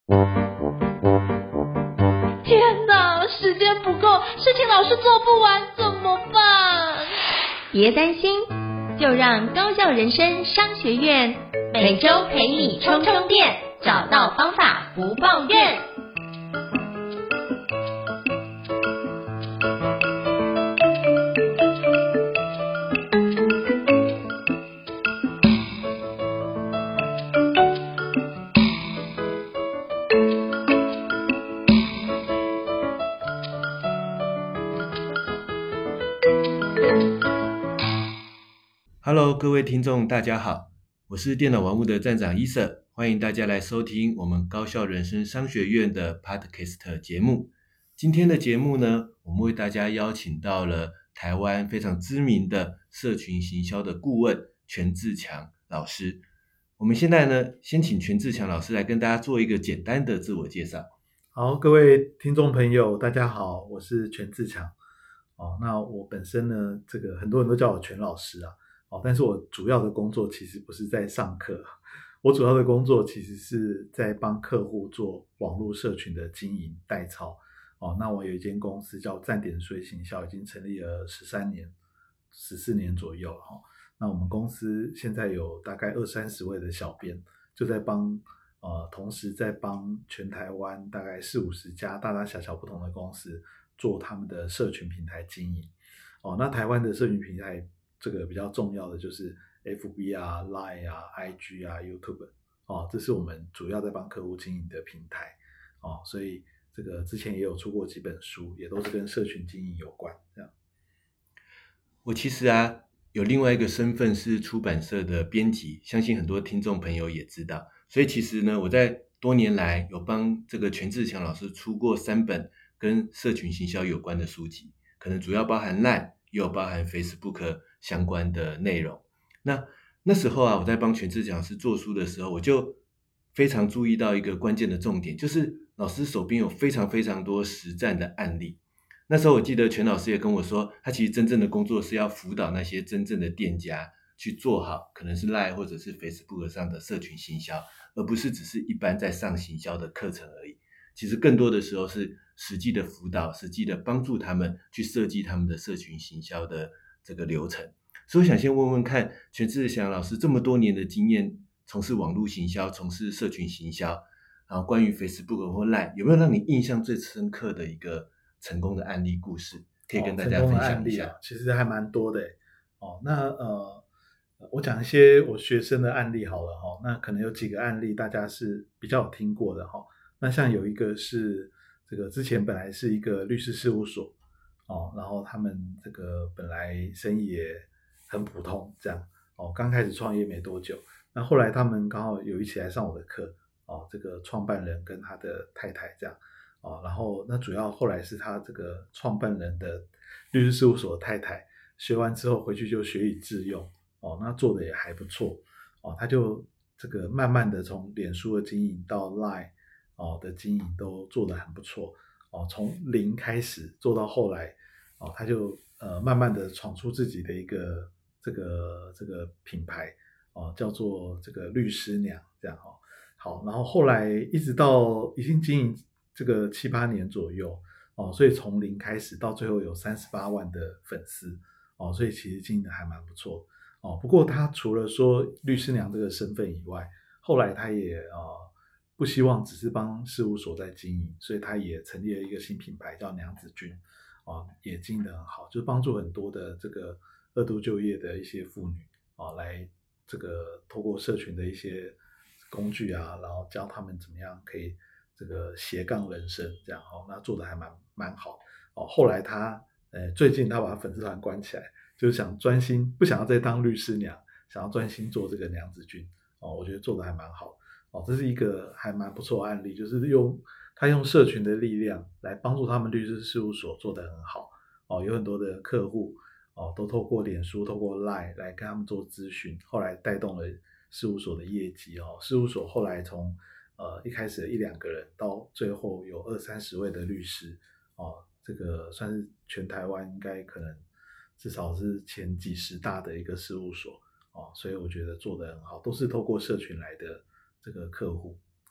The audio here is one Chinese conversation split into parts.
天哪，时间不够，事情老是做不完，怎么办？ 别担心，就让高效人生商学院每周陪你充充电，找到方法不抱怨。 Hello， 各位听众，大家好，我是电脑玩物的站长伊瑟，欢迎大家来收听我们高效人生商学院的 Podcast 节目。今天的节目呢，我们为大家邀请到了台湾非常知名的社群行销的顾问全志强老师。我们现在呢，先请全志强老师来跟大家做一个简单的自我介绍。 好，各位听众朋友，大家好，我是全志强。那我本身呢，很多人都叫我全老师啊。但是我主要的工作其实不是在上课，我主要的工作其实是在帮客户做网络社群的经营代操。那我有一间公司叫站点数位行销，已经成立了13年、14年左右了。那我们公司现在有大概20-30位的小编，就在同时在帮全台湾大概40-50家大大小小不同的公司做他们的社群平台经营。那台湾的社群平台比较重要的就是 FB 啊、Line 啊、IG 啊、YouTube 这是我们主要在帮客户经营的平台所以之前也有出过几本书，也都是跟社群经营有关这样。 我其实有另外一个身份是出版社的编辑，相信很多听众朋友也知道，所以其实呢，我在多年来有帮这个全志强老师出过3本跟社群行销有关的书籍，可能主要包含 Line， 也有包含 Facebook 相关的内容。那时候我在帮全志强老师做书的时候，我就非常注意到一个关键的重点，就是老师手边有非常非常多实战的案例。那时候我记得全老师也跟我说，他其实真正的工作是要辅导那些真正的店家去做好可能是 Line 或者是 Facebook 上的社群行销，而不是只是一般在上行销的课程而已。其实更多的时候是实际的辅导，实际的帮助他们去设计他们的社群行销的这个流程。所以我想先问问看，全志强老师这么多年的经验，从事网络行销，从事社群行销，然后关于 Facebook 或 Line， 有没有让你印象最深刻的一个成功的案例故事，可以跟大家分享一下？ 其实还蛮多的我讲一些我学生的案例好了那可能有几个案例大家是比较有听过的那像有一个是之前本来是一个律师事务所然后他们本来生意也很普通这样刚开始创业没多久，那后来他们刚好有一起来上我的课创办人跟他的太太这样然后那主要后来是他创办人的律师事务所的太太学完之后回去就学以致用那做的也还不错他就慢慢的从脸书的经营到 Line 的经营都做得很不错从零开始做到后来他就慢慢的闯出自己的一个品牌叫做律师娘这样好，然后后来一直到已经经营7-8年左右所以从零开始到最后有38万的粉丝所以其实经营的还蛮不错不过他除了说律师娘这个身份以外，后来他也不希望只是帮事务所在经营，所以他也成立了一个新品牌叫娘子军也经营得很好，就帮助很多的二度就业的一些妇女来透过社群的一些工具然后教他们怎么样可以斜杠人生这样那做得还蛮好后来他最近他把粉丝团关起来，就是想专心，不想要再当律师娘，想要专心做娘子军我觉得做得还蛮好这是一个还蛮不错的案例，就是他用社群的力量来帮助他们律师事务所做得很好有很多的客户都透过脸书透过 Line 来跟他们做咨询，后来带动了事务所的业绩事务所后来从一开始1-2个人到最后有20-30位的律师算是全台湾应该可能至少是前几10大的一个事务所所以我觉得做得很好，都是透过社群来的客户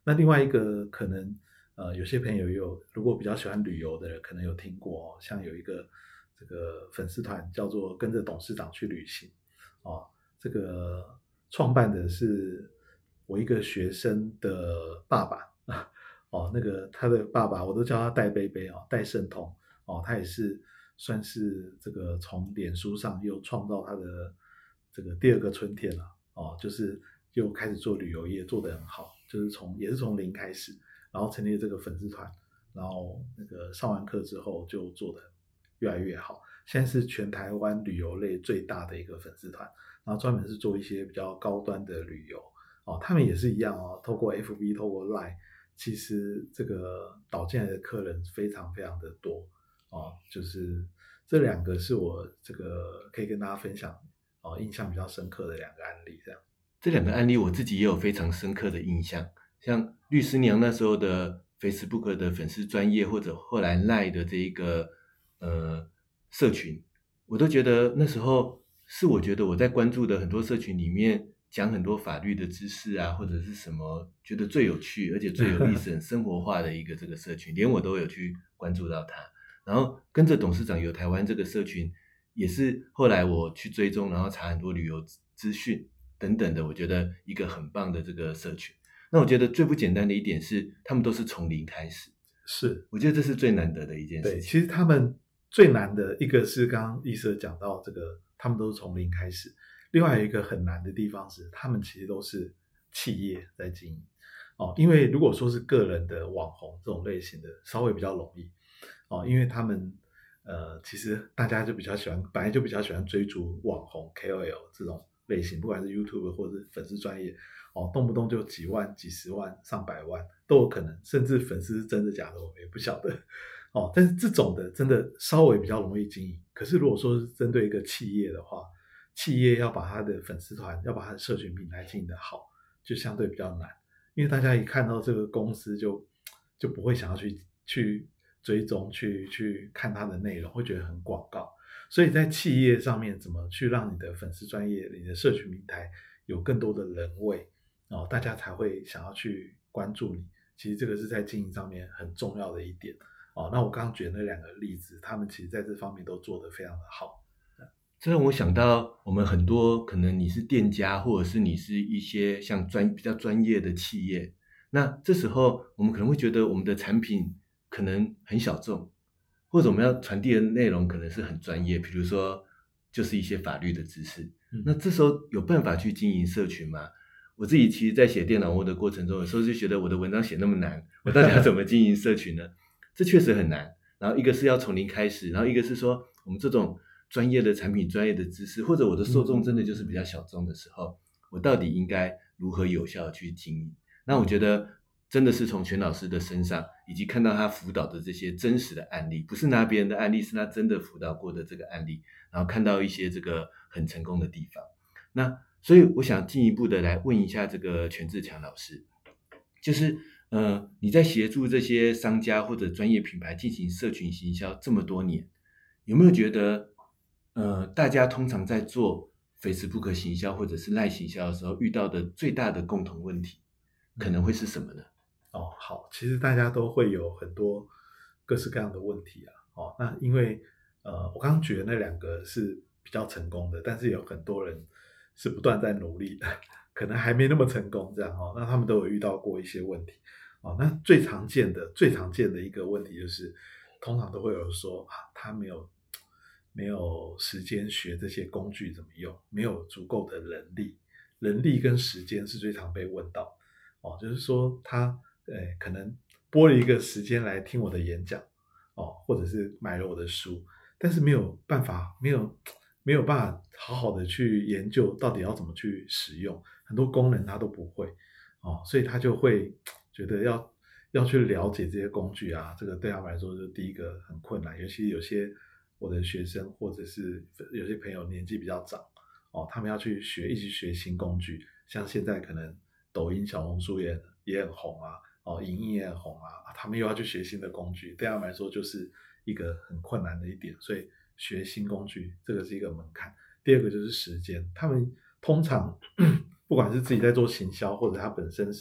那另外一个可能有些朋友如果比较喜欢旅游的人，可能有听过像有一个这个粉丝团叫做跟着董事长去旅行这个创办的是我一个学生的爸爸那个他的爸爸我都叫他戴贝贝戴胜通他也是算是这个从脸书上又创造他的这个第二个春天了就是又开始做旅游业，做得很好，就是也是从零开始，然后成立了这个粉丝团，然后那个上完课之后就做得越来越好，现在是全台湾旅游类最大的一个粉丝团，然后专门是做一些比较高端的旅游他们也是一样透过 FB 透过 LINE， 其实这个导进来的客人非常非常的多就是这两个是我这个可以跟大家分享印象比较深刻的两个案例这样。 这两个案例我自己也有非常深刻的印象，像律师娘那时候的 Facebook 的粉丝专页，或者后来 LINE 的这一个社群，我都觉得那时候是我觉得我在关注的很多社群里面讲很多法律的知识啊，或者是什么觉得最有趣而且最有意思很生活化的一个这个社群，连我都有去关注到它。然后跟着董事长游台湾这个社群也是后来我去追踪，然后查很多旅游资讯等等的，我觉得一个很棒的这个社群。那我觉得最不简单的一点是他们都是从零开始， 是我觉得这是最难得的一件事情。 对，其实他们最难的一个是刚刚医师讲到这个他们都是从零开始，另外有一个很难的地方是他们其实都是企业在经营因为如果说是个人的网红这种类型的稍微比较容易因为他们其实大家就比较喜欢，本来就比较喜欢追逐网红 KOL 这种类型，不管是 YouTube 或者是粉丝专业动不动就几万几十万上百万都有可能，甚至粉丝是真的假的我们也不晓得但是这种的真的稍微比较容易经营。可是如果说是针对一个企业的话，企业要把他的粉丝团要把他的社群平台经营得好就相对比较难，因为大家一看到这个公司就不会想要去追踪去看它的内容，会觉得很广告。所以在企业上面怎么去让你的粉丝专业你的社群平台有更多的人味大家才会想要去关注你，其实这个是在经营上面很重要的一点那我刚刚举的那两个例子，他们其实在这方面都做得非常的好。 这让我想到我们很多可能你是店家，或者是你是一些像比较专业的企业，那这时候我们可能会觉得我们的产品可能很小众，或者我们要传递的内容可能是很专业，比如说就是一些法律的知识那这时候有办法去经营社群吗？我自己其实在写电脑的过程中，有时候就觉得我的文章写那么难，我到底要怎么经营社群呢？这确实很难。然后一个是要从零开始，然后一个是说我们这种专业的产品、专业的知识，或者我的受众真的就是比较小众的时候，我到底应该如何有效的去经营？那我觉得真的是从全老师的身上，以及看到他辅导的这些真实的案例，不是拿别人的案例，是他真的辅导过的这个案例，然后看到一些这个很成功的地方。那所以我想进一步的来问一下这个权志强老师，就是你在协助这些商家或者专业品牌进行社群行销这么多年，有没有觉得大家通常在做 Facebook 行销或者是 LINE 行销的时候遇到的最大的共同问题可能会是什么呢？ 好，其实大家都会有很多各式各样的问题那因为我刚刚举的那两个是比较成功的，但是有很多人是不断在努力的，可能还没那么成功这样那他们都有遇到过一些问题那最常见的一个问题就是通常都会有人说他没有时间学这些工具怎么用，没有足够的人力跟时间是最常被问到就是说他可能拨了一个时间来听我的演讲或者是买了我的书，但是没有办法好好的去研究到底要怎么去使用，很多功能他都不会所以他就会觉得要去了解这些工具这个对他们来说就第一个很困难，尤其有些我的学生或者是有些朋友年纪比较长他们要去一直学新工具，像现在可能抖音、小红书也很红影音也很红他们又要去学新的工具，对他们来说就是一个很困难的一点，所以学新工具这个是一个门槛。第二个就是时间，他们通常不管是自己在做行销，或者他本身是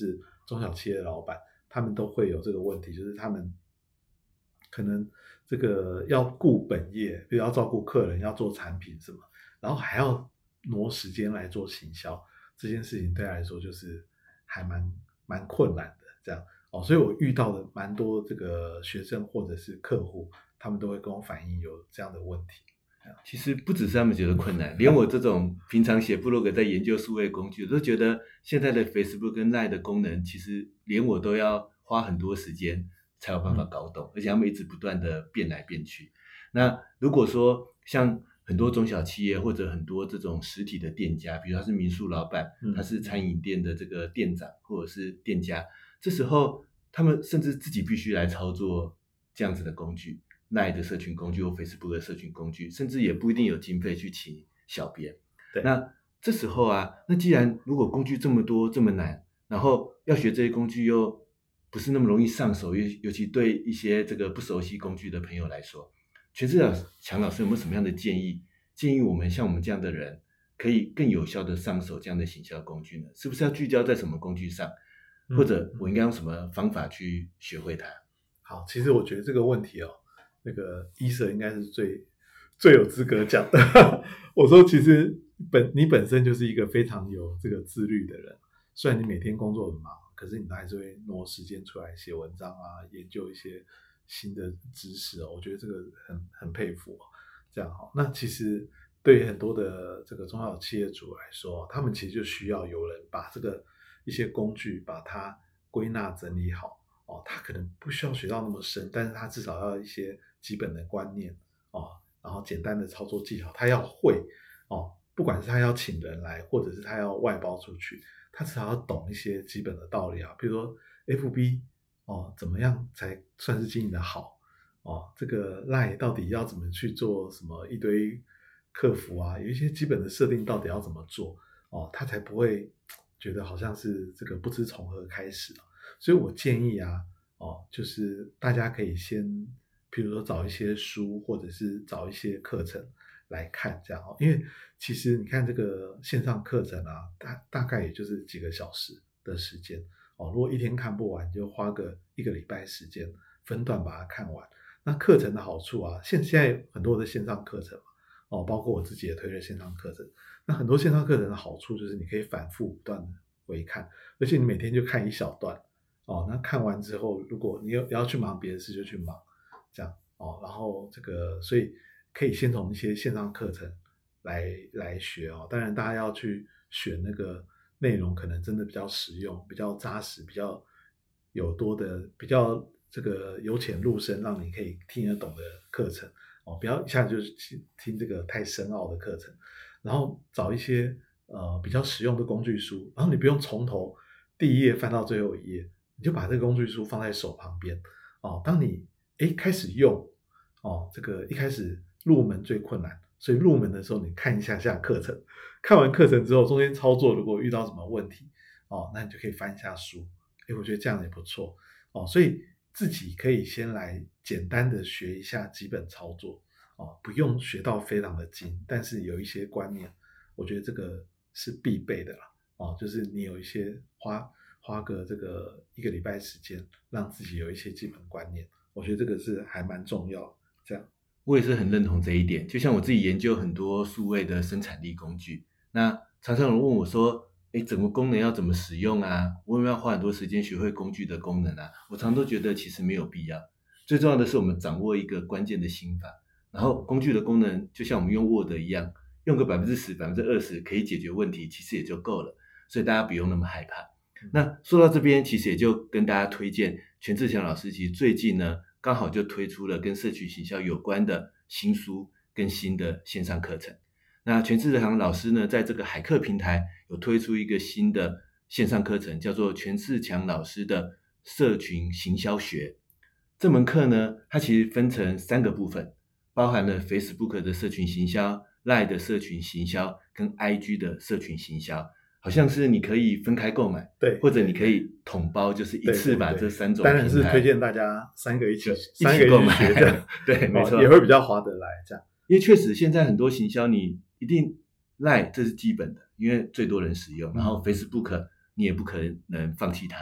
中小企业的老板，他们都会有这个问题，就是他们可能这个要顾本业，比如要照顾客人，要做产品什么，然后还要挪时间来做行销，这件事情对他来说就是还蛮困难的这样所以我遇到的蛮多这个学生或者是客户，他们都会跟我反映有这样的问题。 其实不只是他们觉得困难，连我这种平常写部落格在研究数位工具，都觉得现在的 Facebook 跟 LINE 的功能，其实连我都要花很多时间才有办法搞懂，而且他们一直不断的变来变去。那如果说像很多中小企业或者很多这种实体的店家，比如他是民宿老板，他是餐饮店的这个店长或者是店家，这时候他们甚至自己必须来操作这样子的工具，LINE 的社群工具或 Facebook 的社群工具，甚至也不一定有经费去请小编。 对， 那这时候啊，那既然如果工具这么多这么难，然后要学这些工具又不是那么容易上手，尤其对一些这个不熟悉工具的朋友来说，全志强老师有没有什么样的建议？建议我们像我们这样的人可以更有效的上手这样的行销工具呢？是不是要聚焦在什么工具上？或者我应该用什么方法去学会它？ 好，其实我觉得这个问题那个医生应该是最有资格讲的。我说其实你本身就是一个非常有这个自律的人，虽然你每天工作很忙，可是你还是会挪时间出来写文章啊，研究一些新的知识我觉得这个很佩服这样那其实对于很多的这个中小企业主来说，他们其实就需要有人把这个一些工具把它归纳整理好他可能不需要学到那么深，但是他至少要一些基本的观念然后简单的操作技巧他要会不管是他要请人来，或者是他要外包出去，他至少要懂一些基本的道理比如说 FB 怎么样才算是经营的好这个 LINE 到底要怎么去做什么一堆客服有一些基本的设定到底要怎么做他才不会觉得好像是这个不知从何开始所以我建议就是大家可以先比如说找一些书或者是找一些课程来看这样因为其实你看这个线上课程大概也就是几个小时的时间如果一天看不完，就花个1个礼拜时间分段把它看完。那课程的好处现在很多的线上课程包括我自己也推了线上课程，那很多线上课程的好处就是你可以反复不断的回看，而且你每天就看一小段那看完之后，如果你要去忙别的事就去忙这样然后这个所以可以先从一些线上课程来学当然大家要去选那个内容可能真的比较实用，比较扎实，比较有多的比较这个由浅入深，让你可以听得懂的课程不要一下子就是听这个太深奥的课程，然后找一些比较实用的工具书，然后你不用从头第一页翻到最后一页，你就把这个工具书放在手旁边当你开始用这个一开始入门最困难，所以入门的时候你看一下课程，看完课程之后中间操作如果遇到什么问题那你就可以翻一下书，我觉得这样也不错所以自己可以先来简单的学一下基本操作不用学到非常的精，但是有一些观念我觉得这个是必备的啦就是你有一些花个这个1个礼拜时间让自己有一些基本观念，我觉得这个是还蛮重要这样。 我也是很认同这一点，就像我自己研究很多数位的生产力工具，那常常有人问我说整个功能要怎么使用我有没有要花很多时间学会工具的功能我常都觉得其实没有必要，最重要的是我们掌握一个关键的心法，然后工具的功能就像我们用 Word 一样，用个 10%、20% 可以解决问题其实也就够了，所以大家不用那么害怕。那说到这边，其实也就跟大家推荐全志强老师，其实最近呢刚好就推出了跟社群行销有关的新书跟新的线上课程。那全志强老师呢在这个海课平台有推出一个新的线上课程，叫做全志强老师的社群行销学。这门课呢它其实分成3个部分，包含了 Facebook 的社群行销、 LINE 的社群行销跟 IG 的社群行销，好像是你可以分开购买， 对， 或者你可以统包，就是一次把这3种平台， 当然是推荐大家3个一起购买的对，没错， 也会比较划得来这样。 因为确实现在很多行销你一定 LINE 这是基本的，因为最多人使用，然后 Facebook 你也不可能放弃它，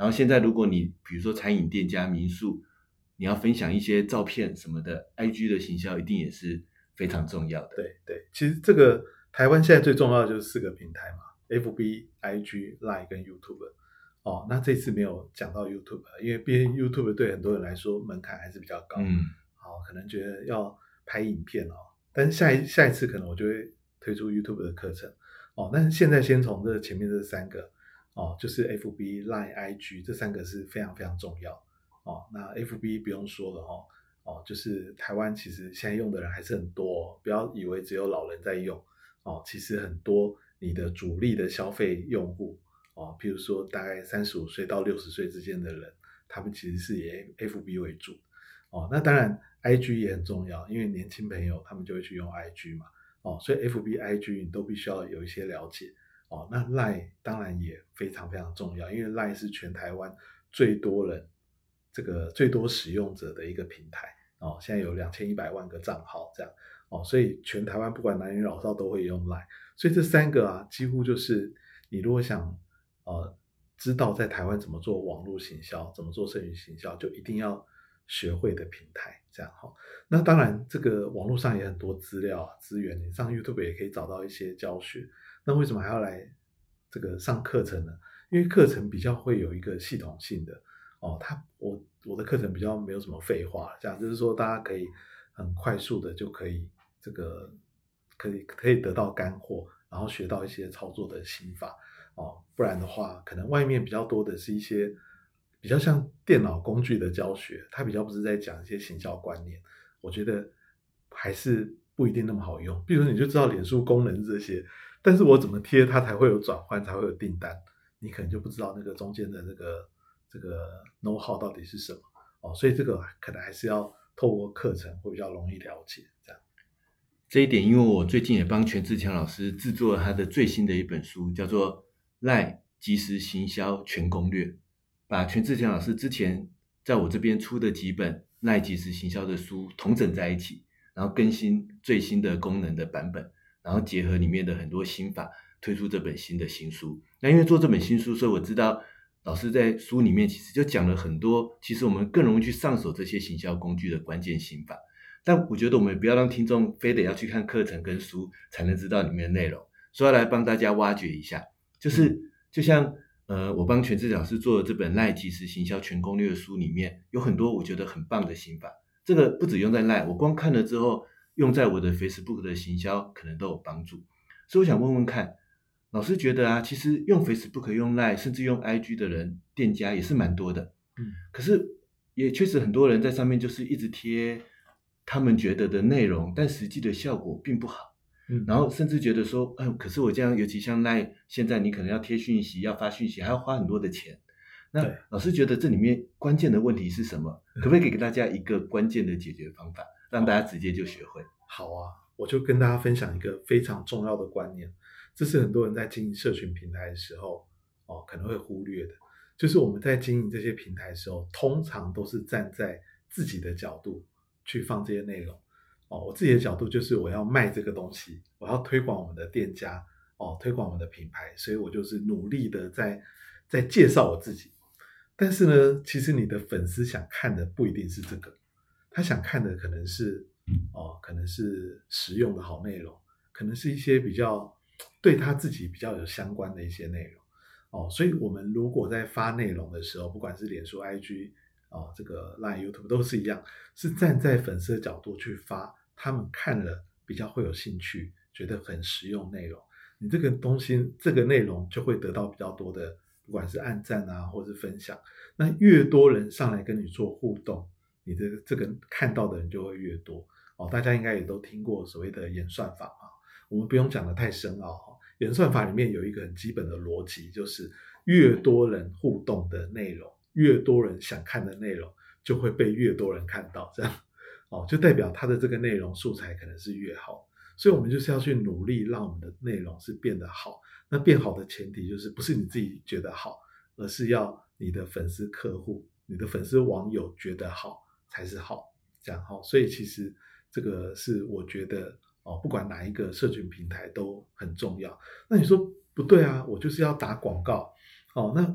然后现在如果你比如说餐饮店家、民宿，你要分享一些照片什么的 ，IG 的行销一定也是非常重要的。 对对，其实这个台湾现在最重要的就是4个平台嘛 ，FB、IG、Line 跟 YouTube。那这次没有讲到 YouTube， 因为毕竟 YouTube 对很多人来说门槛还是比较高，可能觉得要拍影片但是下一次可能我就会推出 YouTube 的课程但是现在先从这前面这3个就是 FB、Line、IG 这3个是非常非常重要那 FB 不用说了就是台湾其实现在用的人还是很多不要以为只有老人在用其实很多你的主力的消费用户譬如说大概35岁到60岁之间的人，他们其实是以 FB 为主那当然 IG 也很重要，因为年轻朋友他们就会去用 IG 嘛所以 FB、IG 你都必须要有一些了解那 Line 当然也非常非常重要，因为 Line 是全台湾最多人最多使用者的一个平台现在有2100万个账号这样所以全台湾不管男女老少都会用 Line， 所以这3个几乎就是你如果想知道在台湾怎么做网络行销，怎么做社群行销，就一定要学会的平台这样那当然这个网络上也很多资料资源，你上 YouTube 也可以找到一些教学，那为什么还要来这个上课程呢？因为课程比较会有一个系统性的我的课程比较没有什么废话，这样就是说大家可以很快速的就可以可以得到干货，然后学到一些操作的心法不然的话可能外面比较多的是一些比较像电脑工具的教学，它比较不是在讲一些行销观念，我觉得还是不一定那么好用。比如说你就知道脸书功能这些，但是我怎么贴它才会有转换，才会有订单，你可能就不知道那个中间的这个 know how 到底是什么所以这个可能还是要透过课程会比较容易了解这样。 这一点因为我最近也帮全志强老师制作了他的最新的一本书，叫做 LINE 即时行销全攻略，把全志强老师之前在我这边出的几本 LINE 即时行销的书统整在一起，然后更新最新的功能的版本，然后结合里面的很多心法推出这本新的新书。那因为做这本新书，所以我知道老师在书里面其实就讲了很多其实我们更容易去上手这些行销工具的关键心法，但我觉得我们不要让听众非得要去看课程跟书才能知道里面的内容，所以要来帮大家挖掘一下，就像我帮全志老师做的这本 LINE 即时行销全攻略的书里面有很多我觉得很棒的心法，这个不只用在 LINE， 我光看了之后用在我的 Facebook 的行销可能都有帮助。所以我想问问看老师觉得其实用 Facebook 用 LINE 甚至用 IG 的人店家也是蛮多的可是也确实很多人在上面就是一直贴他们觉得的内容，但实际的效果并不好然后甚至觉得说可是我这样尤其像 LINE 现在你可能要贴讯息要发讯息还要花很多的钱，那老师觉得这里面关键的问题是什么？可不可以给大家一个关键的解决方法让大家直接就学会？ 好啊，我就跟大家分享一个非常重要的观念，这是很多人在经营社群平台的时候可能会忽略的，就是我们在经营这些平台的时候通常都是站在自己的角度去放这些内容我自己的角度就是我要卖这个东西，我要推广我们的店家推广我们的品牌，所以我就是努力的在介绍我自己。但是呢其实你的粉丝想看的不一定是这个，他想看的可能是实用的好内容，可能是一些比较对他自己比较有相关的一些内容所以我们如果在发内容的时候，不管是脸书 IG这个 LINE YouTube 都是一样，是站在粉丝的角度去发他们看了比较会有兴趣觉得很实用内容，你这个东西这个内容就会得到比较多的不管是按赞或是分享，那越多人上来跟你做互动，你的这个看到的人就会越多大家应该也都听过所谓的演算法我们不用讲得太深奥演算法里面有一个很基本的逻辑，就是越多人互动的内容，越多人想看的内容就会被越多人看到，这样就代表它的这个内容素材可能是越好，所以我们就是要去努力让我们的内容是变得好，那变好的前提就是不是你自己觉得好，而是要你的粉丝客户你的粉丝网友觉得好才是好，这样所以其实这个是我觉得不管哪一个社群平台都很重要。那你说不对啊，我就是要打广告那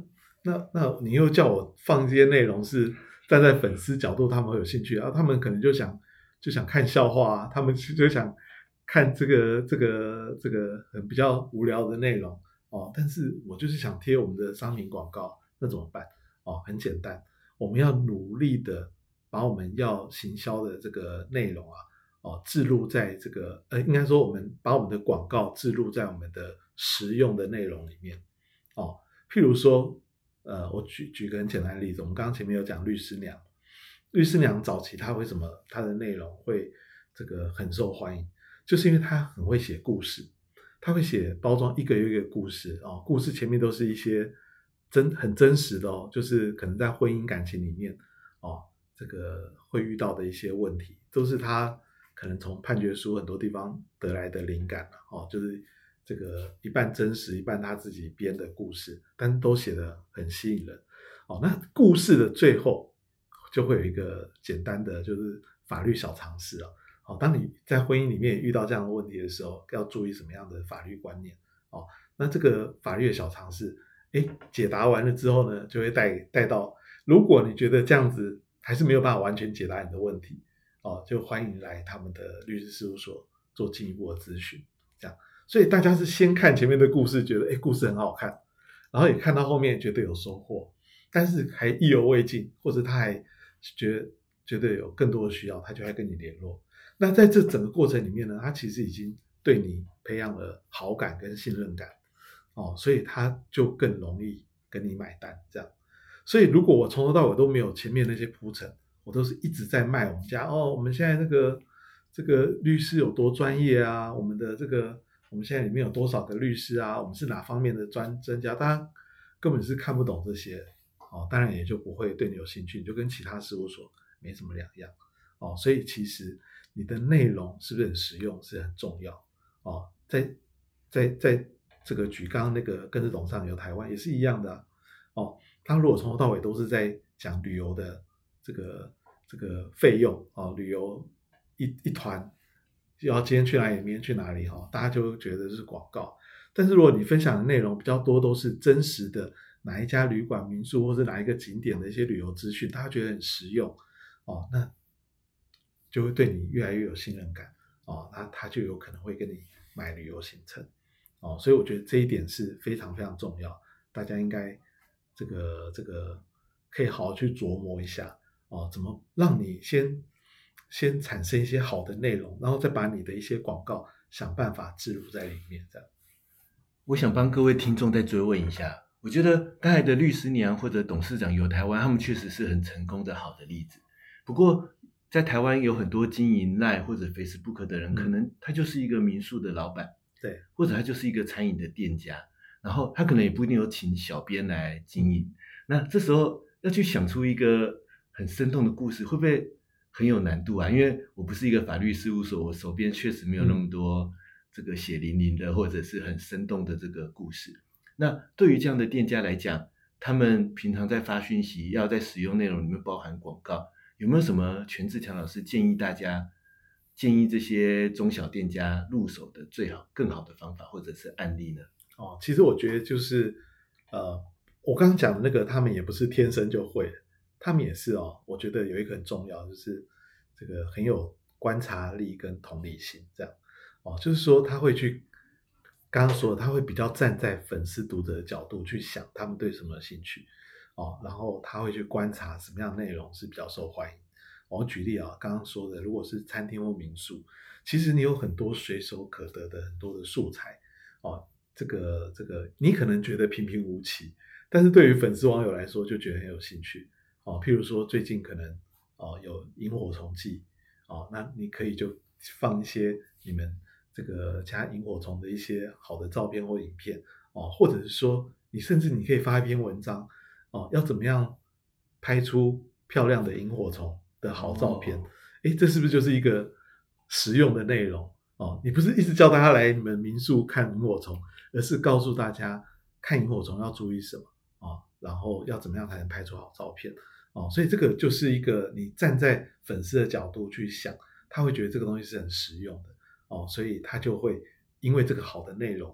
那你又叫我放这些内容是站在粉丝角度，他们会有兴趣啊，他们可能就想看笑话啊，他们就想看这个很比较无聊的内容哦。但是我就是想贴我们的商品广告，那怎么办？哦，很简单，我们要努力的把我们要行销的这个内容啊，置入在这个应该说我们把我们的广告置入在我们的实用的内容里面哦。譬如说我举个很简单的例子，我们刚刚前面有讲律师娘，律师娘早期她为什么她的内容会这个很受欢迎，就是因为她很会写故事，她会写包装一个又一个故事哦，故事前面都是一些很真实的哦，就是可能在婚姻感情里面哦，这个会遇到的一些问题，都是她可能从判决书很多地方得来的灵感哦，就是这个一半真实一半他自己编的故事，但都写得很吸引人哦。那故事的最后就会有一个简单的就是法律小常识哦，当你在婚姻里面遇到这样的问题的时候，要注意什么样的法律观念哦？那这个法律的小常识解答完了之后呢，就会带到，如果你觉得这样子还是没有办法完全解答你的问题哦，就欢迎来他们的律师事务所做进一步的咨询这样。所以大家是先看前面的故事，觉得故事很好看，然后也看到后面觉得有收获，但是还意犹未尽，或者他还觉得有更多的需要，他就会跟你联络。那在这整个过程里面呢，他其实已经对你培养了好感跟信任感哦，所以他就更容易跟你买单这样。所以如果我从头到尾都没有前面那些铺陈，我都是一直在卖我们家我们现在这个律师有多专业啊，我们现在里面有多少个律师啊，我们是哪方面的专家，大家根本是看不懂这些哦，当然也就不会对你有兴趣，你就跟其他事务所没什么两样哦。所以其实你的内容是不是很实用是很重要哦。在这个举刚刚那个跟着董事长游台湾也是一样的哦。他如果从头到尾都是在讲旅游的这个费用哦，旅游一团要今天去哪里，明天去哪里大家就觉得是广告。但是如果你分享的内容比较多都是真实的哪一家旅馆民宿或者哪一个景点的一些旅游资讯，大家觉得很实用那就会对你越来越有信任感那他就有可能会跟你买旅游行程所以我觉得这一点是非常非常重要，大家应该这个可以好好去琢磨一下怎么让你先产生一些好的内容，然后再把你的一些广告想办法置入在里面这样。 我想帮各位听众再追问一下，我觉得刚才的律师娘或者董事长游台湾，他们确实是很成功的好的例子。不过在台湾有很多经营 LINE 或者 Facebook 的人，可能他就是一个民宿的老板， 对， 或者他就是一个餐饮的店家，然后他可能也不一定有请小编来经营。那这时候要去想出一个很生动的故事，会不会很有难度啊？因为我不是一个法律事务所，我手边确实没有那么多这个血淋淋的或者是很生动的这个故事。那对于这样的店家来讲，他们平常在发讯息要在使用内容里面包含广告，有没有什么全志强老师建议这些中小店家入手的更好的方法或者是案例呢？ 其实我觉得就是我刚刚讲的那个，他们也不是天生就会的，他们也是我觉得有一个很重要，就是这个很有观察力跟同理心这样就是说他会去刚刚说的，他会比较站在粉丝读者的角度去想他们对什么兴趣然后他会去观察什么样的内容是比较受欢迎。我举例刚刚说的，如果是餐厅或民宿，其实你有很多随手可得的很多的素材这个你可能觉得平平无奇，但是对于粉丝网友来说就觉得很有兴趣譬如说最近可能有萤火虫季那你可以就放一些你们这个加萤火虫的一些好的照片或影片或者是说甚至你可以发一篇文章要怎么样拍出漂亮的萤火虫的好照片这是不是就是一个实用的内容你不是一直叫大家来你们民宿看萤火虫，而是告诉大家看萤火虫要注意什么然后要怎么样才能拍出好照片所以这个就是一个你站在粉丝的角度去想，他会觉得这个东西是很实用的所以他就会因为这个好的内容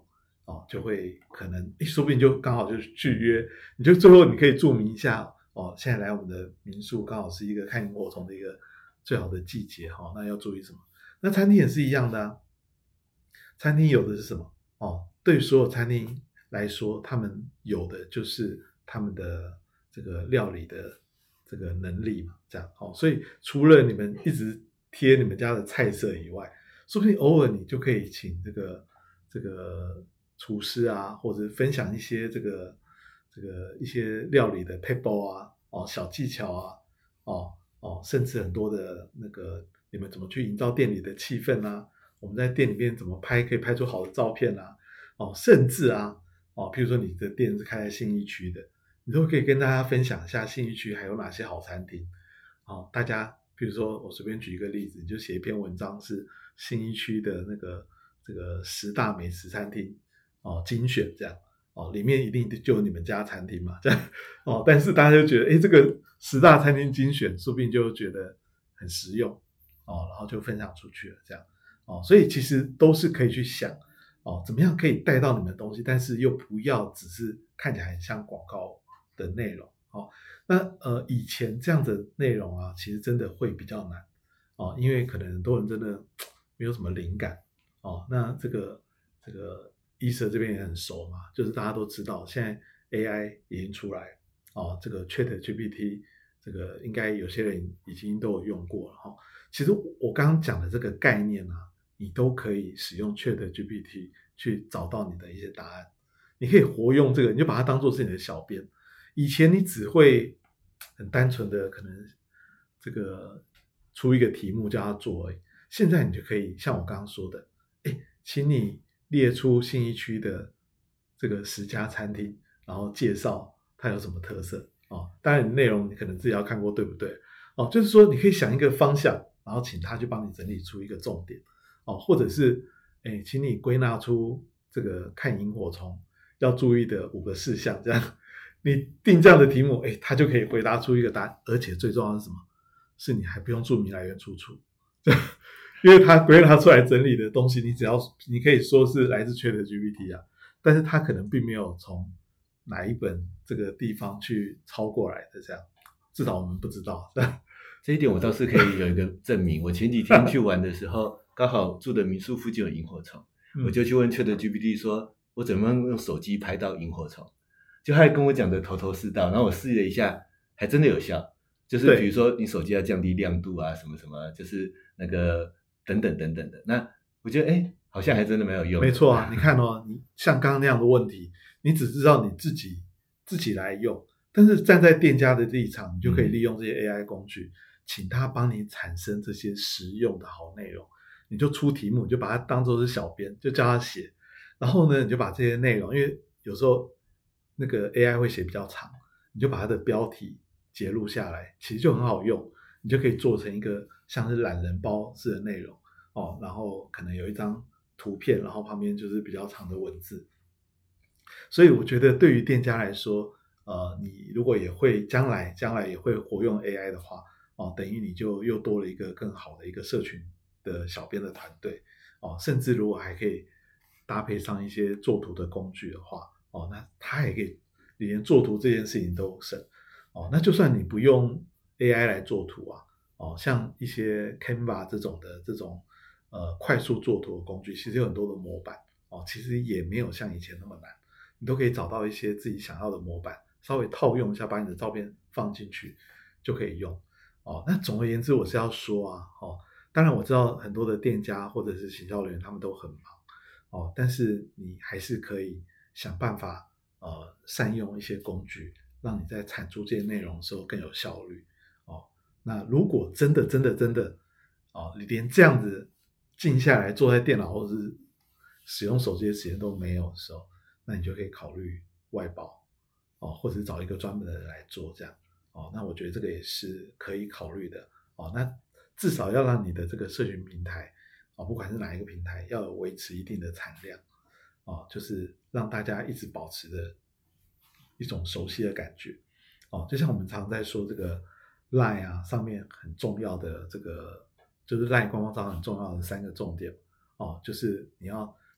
就会可能说不定就刚好就去约，你就最后你可以注明一下现在来我们的民宿刚好是一个看萤火虫的一个最好的季节那要注意什么？那餐厅也是一样的啊，餐厅有的是什么对于所有餐厅来说，他们有的就是他们的这个料理的这个能力嘛，这样所以除了你们一直贴你们家的菜色以外，说不定偶尔你就可以请这个厨师啊，或者分享一些这个一些料理的 paper 啊小技巧啊甚至很多的那个你们怎么去营造店里的气氛啊，我们在店里面怎么拍可以拍出好的照片啊甚至譬如说你的店是开在信义区的，你都可以跟大家分享一下信义区还有哪些好餐厅大家譬如说我随便举一个例子，你就写一篇文章是信义区的那个这个10大美食餐厅精选这样里面一定就有你们家餐厅嘛，这样但是大家就觉得这个10大餐厅精选说不定就觉得很实用然后就分享出去了这样所以其实都是可以去想怎么样可以带到你们的东西，但是又不要只是看起来很像广告的内容那以前这样的内容其实真的会比较难因为可能很多人真的没有什么灵感那这个医生这边也很熟嘛，就是大家都知道现在 AI 已经出来这个 ChatGPT 这个应该有些人已经都有用过了其实我刚刚讲的这个概念你都可以使用 ChatGPT 去找到你的一些答案，你可以活用这个，你就把它当作是你的小编。以前你只会很单纯的可能这个出一个题目叫他做而已，现在你就可以像我刚刚说的请你列出信义区的这个10家餐厅，然后介绍它有什么特色当然内容你可能自己要看过对不对就是说你可以想一个方向，然后请他去帮你整理出一个重点或者是请你归纳出这个看萤火虫要注意的5个事项，这样你定这样的题目他就可以回答出一个答案，而且最重要的是什么？是你还不用注明来源出处因为他归纳出来整理的东西，你可以说是来自 ChatGPT 但是他可能并没有从哪一本这个地方去抄过来的，这样至少我们不知道这一点我倒是可以有一个证明。我前几天去玩的时候刚好住的民宿附近有萤火虫我就去问 ChatGPT 说我怎么样用手机拍到萤火虫，就他还跟我讲的头头是道，然后我试了一下还真的有效，就是比如说你手机要降低亮度什么什么，就是那个等等等等的，那我觉得好像还真的蛮有用的。 没错你看你像刚刚那样的问题，你只知道你自己来用，但是站在店家的立场，你就可以利用这些 AI 工具请他帮你产生这些实用的好内容，你就出题目，你就把它当作是小编，就叫他写，然后呢你就把这些内容，因为有时候那个 AI 会写比较长，你就把它的标题截录下来，其实就很好用，你就可以做成一个像是懒人包式的内容然后可能有一张图片，然后旁边就是比较长的文字。所以我觉得对于店家来说你如果也会将来也会活用 AI 的话等于你就又多了一个更好的一个社群的小编的团队甚至如果还可以搭配上一些做图的工具的话那他也可以连做图这件事情都省那就算你不用 AI 来做图像一些 Canva 这种快速做图的工具，其实有很多的模板其实也没有像以前那么难，你都可以找到一些自己想要的模板，稍微套用一下，把你的照片放进去就可以用那总而言之我是要说当然我知道很多的店家或者是行销人员他们都很忙但是你还是可以想办法善用一些工具，让你在产出这些内容的时候更有效率那如果真的你连这样子静下来坐在电脑或者是使用手机的时间都没有的时候，那你就可以考虑外包或者是找一个专门的人来做这样那我觉得这个也是可以考虑的那至少要让你的这个社群平台不管是哪一个平台要有维持一定的产量就是让大家一直保持的一种熟悉的感觉就像我们常在说这个 LINE 上面很重要的这个就是 LINE 官方账号很重要的3个重点就是你要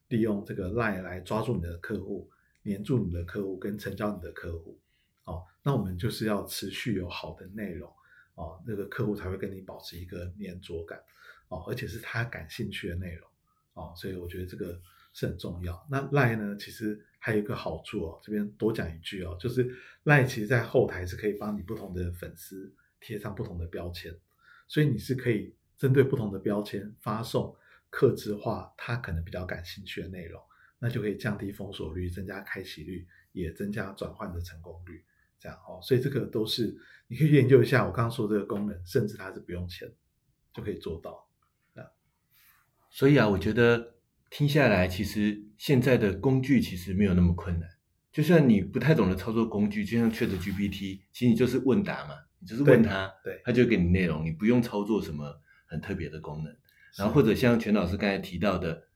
利用这个 LINE 来抓住你的客户，黏住你的客户跟成交你的客户。那我们就是要持续有好的内容，那个客户才会跟你保持一个黏着感，而且是他感兴趣的内容，所以我觉得这个是很重要。那 LINE 呢，其实还有一个好处这边多讲一句就是 LINE 其实在后台是可以帮你不同的粉丝贴上不同的标签，所以你是可以针对不同的标签发送客制化他可能比较感兴趣的内容，那就可以降低封锁率，增加开启率，也增加转换的成功率，这样所以这个都是你可以研究一下我刚刚说这个功能，甚至它是不用钱就可以做到。 所以我觉得听下来，其实现在的工具其实没有那么困难。就算你不太懂得操作工具，就像 ChatGPT， 其实你就是问答嘛，你就是问他， 对， 他就给你内容，你不用操作什么很特别的功能。然后或者像全老师刚才提到的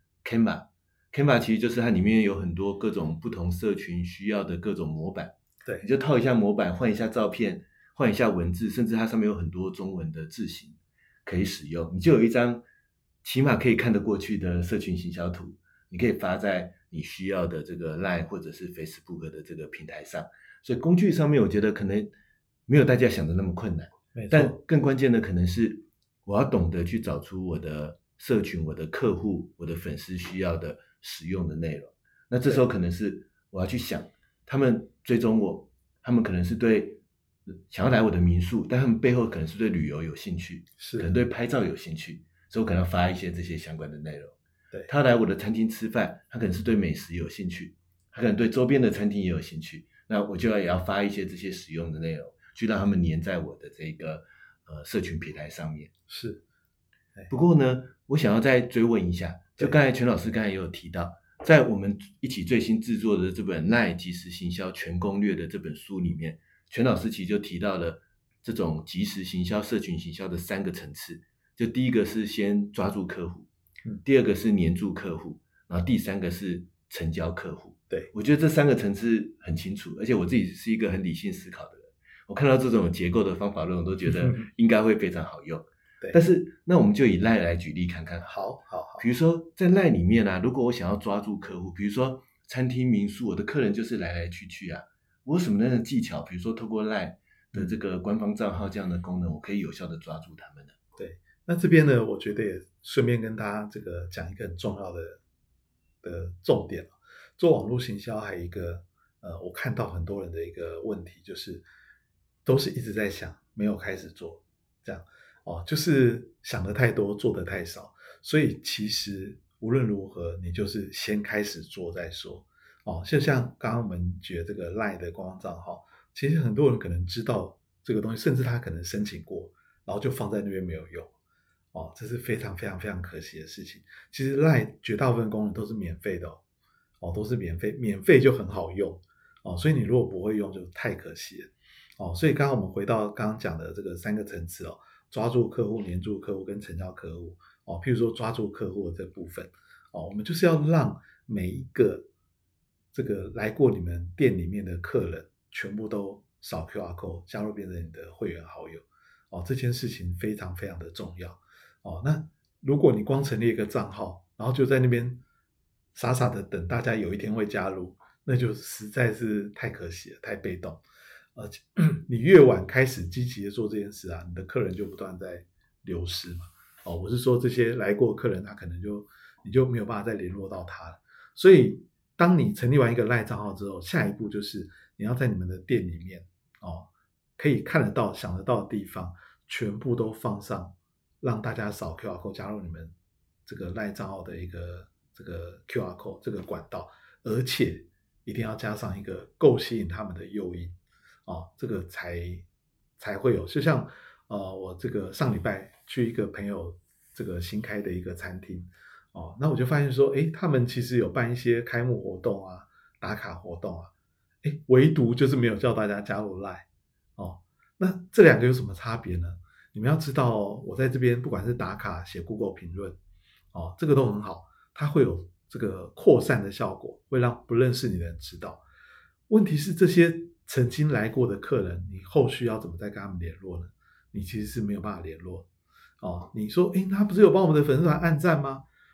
Canva 其实就是它里面有很多各种不同社群需要的各种模板， 对， 你就套一下模板，换一下照片，换一下文字，甚至它上面有很多中文的字型可以使用，你就有一张起码可以看得过去的社群行销图，你可以发在你需要的这个 LINE 或者是 Facebook 的这个平台上。所以工具上面我觉得可能没有大家想的那么困难，但更关键的可能是我要懂得去找出我的社群、我的客户、我的粉丝需要的实用的内容。那这时候可能是我要去想，他们追踪我，他们可能是对想要来我的民宿，但他们背后可能是对旅游有兴趣，可能对拍照有兴趣，所以我可能要发一些这些相关的内容。 对， 他来我的餐厅吃饭，他可能是对美食有兴趣，他可能对周边的餐厅也有兴趣，那我就也要发一些这些实用的内容，去让他们黏在我的这个社群平台上面。 是。 不过呢，我想要再追问一下，就刚才全老师刚才也有提到，在我们一起最新制作的这本 LINE 即时行销全攻略的这本书里面，全老师其实就提到了这种即时行销、社群行销的3个层次。就第一个是先抓住客户，第二个是黏住客户，然后第3个是成交客户。 对， 我觉得这3个层次很清楚，而且我自己是一个很理性思考的人，我看到这种结构的方法论，我都觉得应该会非常好用。 对， 但是那我们就以 LINE 来举例看看。 好。 比如说在 LINE 里面如果我想要抓住客户，比如说餐厅民宿，我的客人就是来来去去我有什么样的技巧，比如说透过 LINE 的这个官方账号这样的功能，我可以有效的抓住他们呢？ 对，那这边呢，我觉得也顺便跟大家这个讲一个很重要的重点。做网络行销还有一个我看到很多人的一个问题，就是都是一直在想，没有开始做，这样就是想的太多，做的太少。所以其实无论如何，你就是先开始做再说。就像刚刚我们举的这个 LINE 的官方账号，其实很多人可能知道这个东西，甚至他可能申请过，然后就放在那边没有用。这是非常非常非常可惜的事情。其实 LINE 绝大部分功能都是免费的都是免费就很好用所以你如果不会用就太可惜了所以刚刚我们回到刚刚讲的这个3个层次抓住客户、黏住客户跟成交客户譬如说抓住客户的这部分我们就是要让每一个这个来过你们店里面的客人全部都扫 QR code 加入变成你的会员好友这件事情非常非常的重要那如果你光成立一个账号，然后就在那边傻傻的等大家有一天会加入，那就实在是太可惜了，太被动。而且你越晚开始积极的做这件事你的客人就不断在流失嘛。我是说这些来过的客人，他可能你就没有办法再联络到他了。所以当你成立完一个 LINE 账号之后，下一步就是你要在你们的店里面可以看得到、想得到的地方，全部都放上，让大家扫 QR code 加入你们这个 LINE 账号的一个这个 QR code 这个管道，而且一定要加上一个够吸引他们的诱因这个才会有。就像我这个上礼拜去一个朋友这个新开的一个餐厅那我就发现说他们其实有办一些开幕活动打卡活动唯独就是没有叫大家加入 LINE 那这2个有什么差别呢？你们要知道我在这边不管是打卡、写 Google 评论这个都很好，它会有这个扩散的效果，会让不认识你的人知道。问题是这些曾经来过的客人，你后续要怎么再跟他们联络呢？你其实是没有办法联络你说他不是有帮我们的粉丝团按赞吗？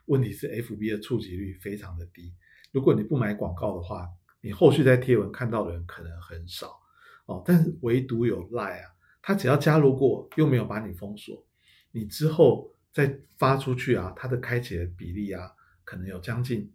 问题是 FB 的触及率非常的低，如果你不买广告的话，你后续在贴文看到的人可能很少但是唯独有 LINE 啊，他只要加入过又没有把你封锁，你之后再发出去啊，它的开启的比例啊，可能有将近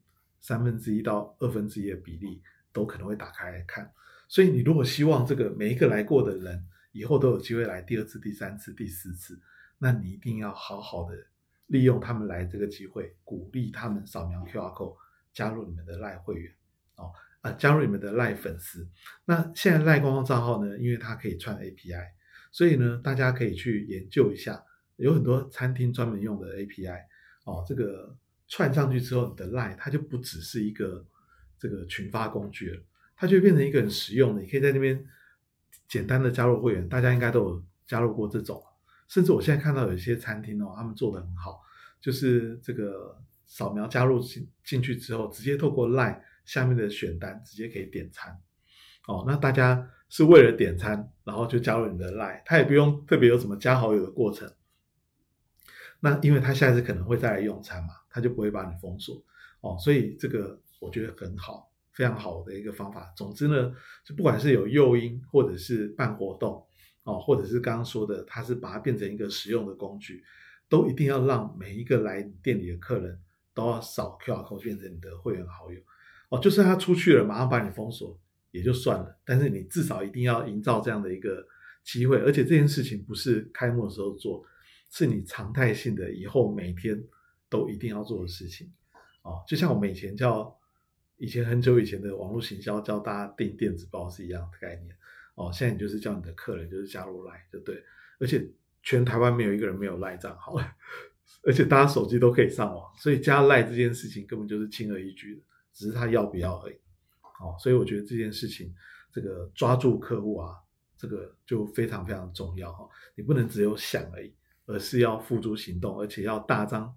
1/3到1/2的比例都可能会打开来看。所以你如果希望这个每一个来过的人以后都有机会来第2次、第3次、第4次，那你一定要好好的利用他们来这个机会，鼓励他们扫描 QR code 加入你们的 LINE 会员加入你们的 LINE 粉丝。那现在 LINE 官方账号呢，因为它可以串 API， 所以呢大家可以去研究一下，有很多餐厅专门用的 API 这个串上去之后，你的 LINE 它就不只是一个这个群发工具了，它就变成一个很实用的，你可以在那边简单的加入会员，大家应该都有加入过这种，甚至我现在看到有一些餐厅他们做得很好，就是这个扫描加入进去之后，直接透过 LINE 下面的选单直接可以点餐那大家是为了点餐然后就加入你的 LINE， 他也不用特别有什么加好友的过程，那因为他下一次可能会再来用餐嘛，他就不会把你封锁所以这个我觉得很好，非常好的一个方法。总之呢，就不管是有诱因或者是办活动或者是刚刚说的他是把它变成一个实用的工具，都一定要让每一个来店里的客人都要扫 QR code 变成你的会员好友就算他出去了马上把你封锁也就算了，但是你至少一定要营造这样的一个机会，而且这件事情不是开幕的时候做，是你常态性的以后每天都一定要做的事情就像我们以前很久以前的网络行销教大家订电子报是一样的概念现在你就是叫你的客人就是加入 LINE 就对，而且全台湾没有一个人没有 LINE 账号而且大家手机都可以上网，所以加 LINE 这件事情根本就是轻而易举的，只是他要不要而已所以我觉得这件事情这个抓住客户啊，这个就非常非常重要你不能只有想而已，而是要付诸行动，而且要大张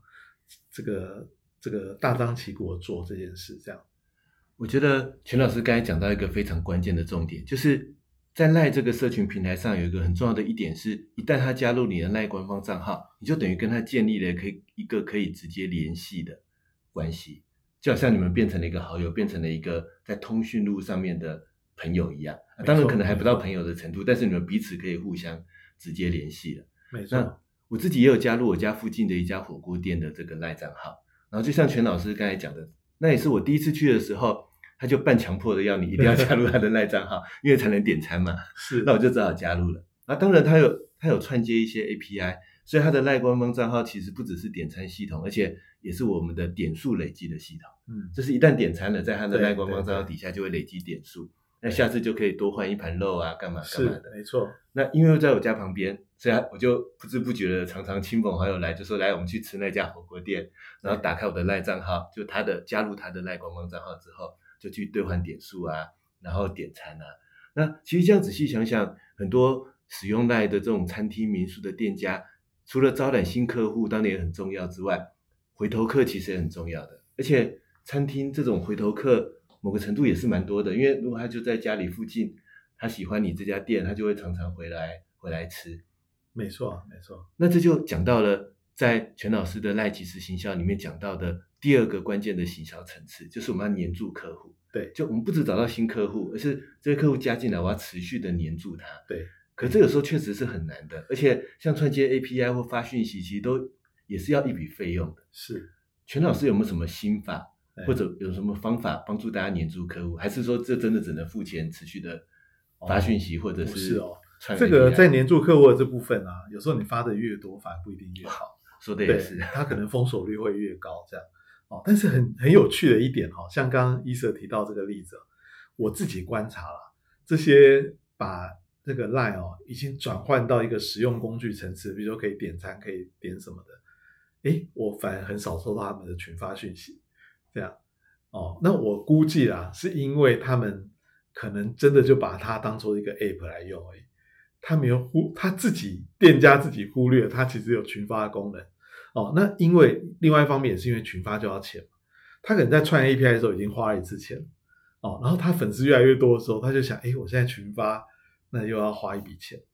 旗鼓做这件事。这样我觉得全老师刚才讲到一个非常关键的重点，就是在 LINE 这个社群平台上有一个很重要的一点是，一旦他加入你的 LINE 官方账号，你就等于跟他建立了一个可以直接联系的关系，就好像你们变成了一个好友，变成了一个在通讯录上面的朋友一样当然可能还不到朋友的程度，但是你们彼此可以互相直接联系了。 没错， 那我自己也有加入我家附近的一家火锅店的这个 LINE 账号，然后就像全老师刚才讲的，那也是我第一次去的时候他就半强迫的要你一定要加入他的 LINE 账号因为才能点餐嘛， 是， 那我就只好加入了。当然他有串接一些 API， 所以他的 LINE 官方账号其实不只是点餐系统，而且也是我们的点数累积的系统就是一旦点餐了，在他的 LINE 官方账号底下就会累积点数，那下次就可以多换一盘肉啊干嘛干嘛的。 没错， 那因为在我家旁边，所以我就不知不觉的常常亲朋好友来就说来我们去吃那家火锅店，然后打开我的 LINE 账号，就加入他的 LINE 官方账号之后就去兑换点数啊，然后点餐啊。那其实这样仔细想想，很多使用 LINE 的这种餐厅民宿的店家，除了招揽新客户当然也很重要之外，回头客其实也很重要的。而且餐厅这种回头客某个程度也是蛮多的，因为如果他就在家里附近，他喜欢你这家店，他就会常常回来吃。 没错没错。 那这就讲到了在全老师的 LINE 即时行销里面讲到的第二个关键的行销层次，就是我们要黏住客户。 对， 就我们不只找到新客户，而是这个客户加进来，我要持续的黏住他。 对， 可这个时候确实是很难的，而且像串接 API 或发讯息，其实都也是要一笔费用的。 是， 全老师有没有什么心法，或者有什么方法帮助大家黏住客户？还是说这真的只能付钱持续的发讯息，或者是串 API？ 这个在黏住客户的这部分啊，有时候你发的越多，反而不一定越好。 说的也是， 他可能封锁率会越高，这样但是很有趣的一点像刚刚伊瑟提到这个例子我自己观察了，这些把这个 LINE 已经转换到一个实用工具层次，比如说可以点餐，可以点什么的，我反而很少收到他们的群发讯息，这样那我估计啦，是因为他们可能真的就把它当做一个 app 来用而已，他自己店家自己忽略他其实有群发的功能那因为另外一方面也是因为群发就要钱嘛，他可能在串 API 的时候已经花了一次钱然后他粉丝越来越多的时候，他就想我现在群发那又要花一笔钱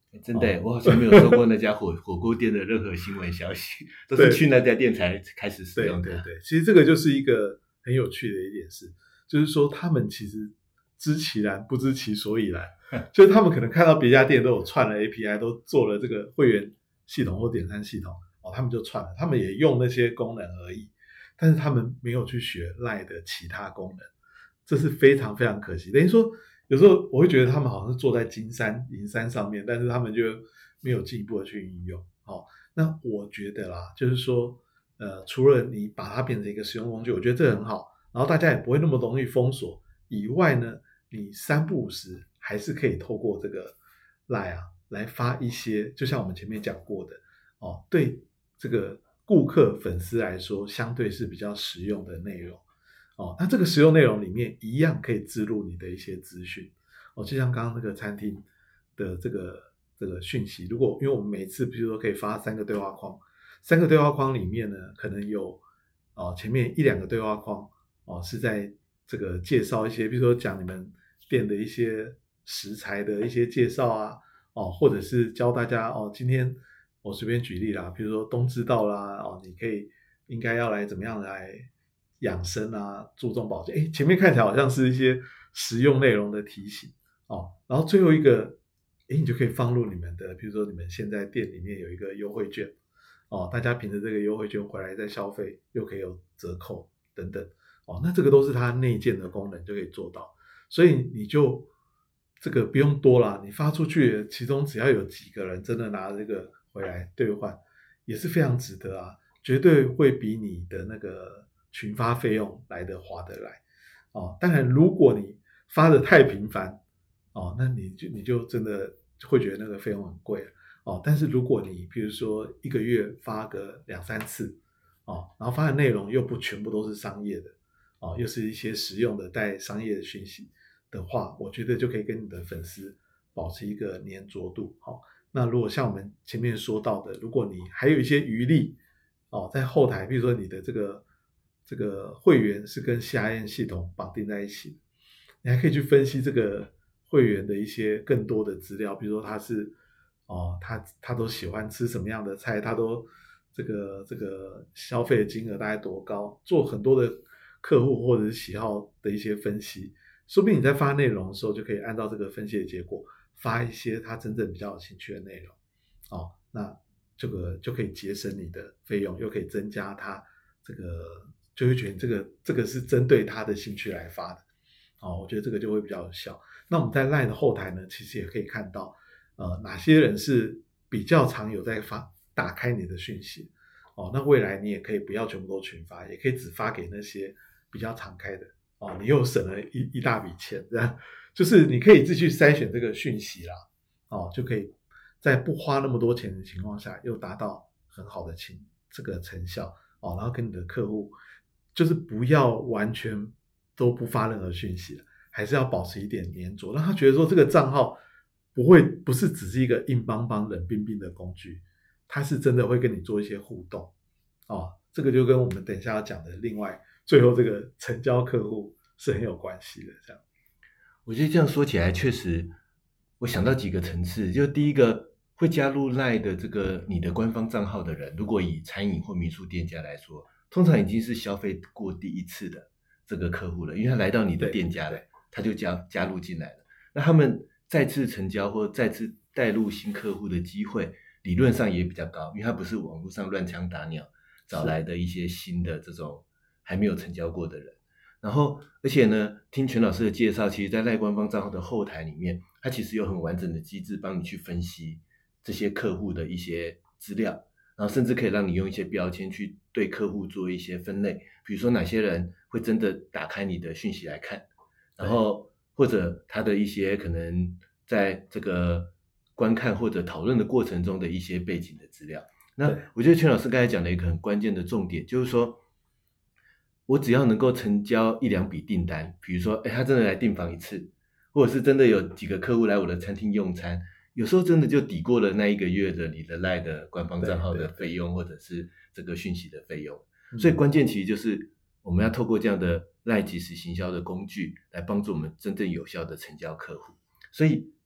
真的，我好像没有收过那家火锅店的任何新闻消息，都是去那家店才开始使用的。 对，其实这个就是一个很有趣的一点事，就是说他们其实知其然不知其所以然，就是他们可能看到别家店都有串了 API， 都做了这个会员系统或点餐系统，他们就串了，他们也用那些功能而已，但是他们没有去学 LINE 的其他功能，这是非常非常可惜。等于说有时候我会觉得他们好像是坐在金山银山上面，但是他们就没有进一步的去运用。那我觉得啦，就是说除了你把它变成一个使用工具，我觉得这很好，然后大家也不会那么容易封锁以外呢，你三不五时还是可以透过这个 LINE 来发一些，就像我们前面讲过的对这个顾客粉丝来说相对是比较实用的内容那这个实用内容里面一样可以植入你的一些资讯就像刚刚那个餐厅的这个讯息，如果因为我们每次比如说可以发3个对话框，3个对话框里面呢可能有前面1-2个对话框是在这个介绍一些比如说讲你们店的一些食材的一些介绍啊或者是教大家今天我随便举例啦，比如说冬至到啦你应该要来怎么样来养生啊，注重保健前面看起来好像是一些实用内容的提醒然后最后一个你就可以放入你们的比如说你们现在店里面有一个优惠券大家凭着这个优惠券回来再消费又可以有折扣等等那这个都是它内建的功能就可以做到，所以你就这个不用多啦，你发出去其中只要有几个人真的拿这个回来兑换也是非常值得啊，绝对会比你的那个群发费用来得划得来当然如果你发的太频繁那你就真的会觉得那个费用很贵了但是如果你比如说1个月发个2-3次然后发的内容又不全部都是商业的又是一些实用的带商业的讯息的话，我觉得就可以跟你的粉丝保持一个黏着度那如果像我们前面说到的，如果你还有一些余力在后台比如说你的这个会员是跟 CRM 系统绑定在一起的，你还可以去分析这个会员的一些更多的资料，比如说他是他都喜欢吃什么样的菜，他都这个消费的金额大概多高，做很多的客户或者是喜好的一些分析，说不定你在发内容的时候就可以按照这个分析的结果发一些他真正比较有兴趣的内容那这个就可以节省你的费用，又可以增加他这个就会觉得这个是针对他的兴趣来发的我觉得这个就会比较有效。那我们在 LINE 的后台呢，其实也可以看到哪些人是比较常有在打开你的讯息那未来你也可以不要全部都群发，也可以只发给那些比较常开的你又省了一大笔钱，这样就是你可以自己去筛选这个讯息啦就可以在不花那么多钱的情况下又达到很好的这个成效然后跟你的客户就是不要完全都不发任何讯息了，还是要保持一点黏着，让他觉得说这个账号不是只是一个硬邦邦冷冰冰的工具，它是真的会跟你做一些互动这个就跟我们等一下要讲的另外最后这个成交客户是很有关系的。这样我觉得这样说起来确实我想到几个层次，就第一个会加入 LINE 的这个你的官方账号的人，如果以餐饮或民宿店家来说，通常已经是消费过第一次的这个客户了，因为他来到你的店家了，他就加入进来了，那他们再次成交或再次带入新客户的机会理论上也比较高，因为他不是网络上乱枪打鸟找来的一些新的这种还没有成交过的人。然后而且呢，听全老师的介绍，其实在LINE官方账号的后台里面，它其实有很完整的机制帮你去分析这些客户的一些资料，然后甚至可以让你用一些标签去对客户做一些分类，比如说哪些人会真的打开你的讯息来看，然后或者他的一些可能在这个观看或者讨论的过程中的一些背景的资料。那我觉得全老师刚才讲了一个很关键的重点，就是说我只要能够成交1-2笔订单，比如说他真的来订房一次，或者是真的有几个客户来我的餐厅用餐，有时候真的就抵过了那1个月的你的 LINE 的官方账号的费用，或者是这个讯息的费用。所以关键其实就是我们要透过这样的LINE即时行销的工具来帮助我们真正有效的成交客户。所以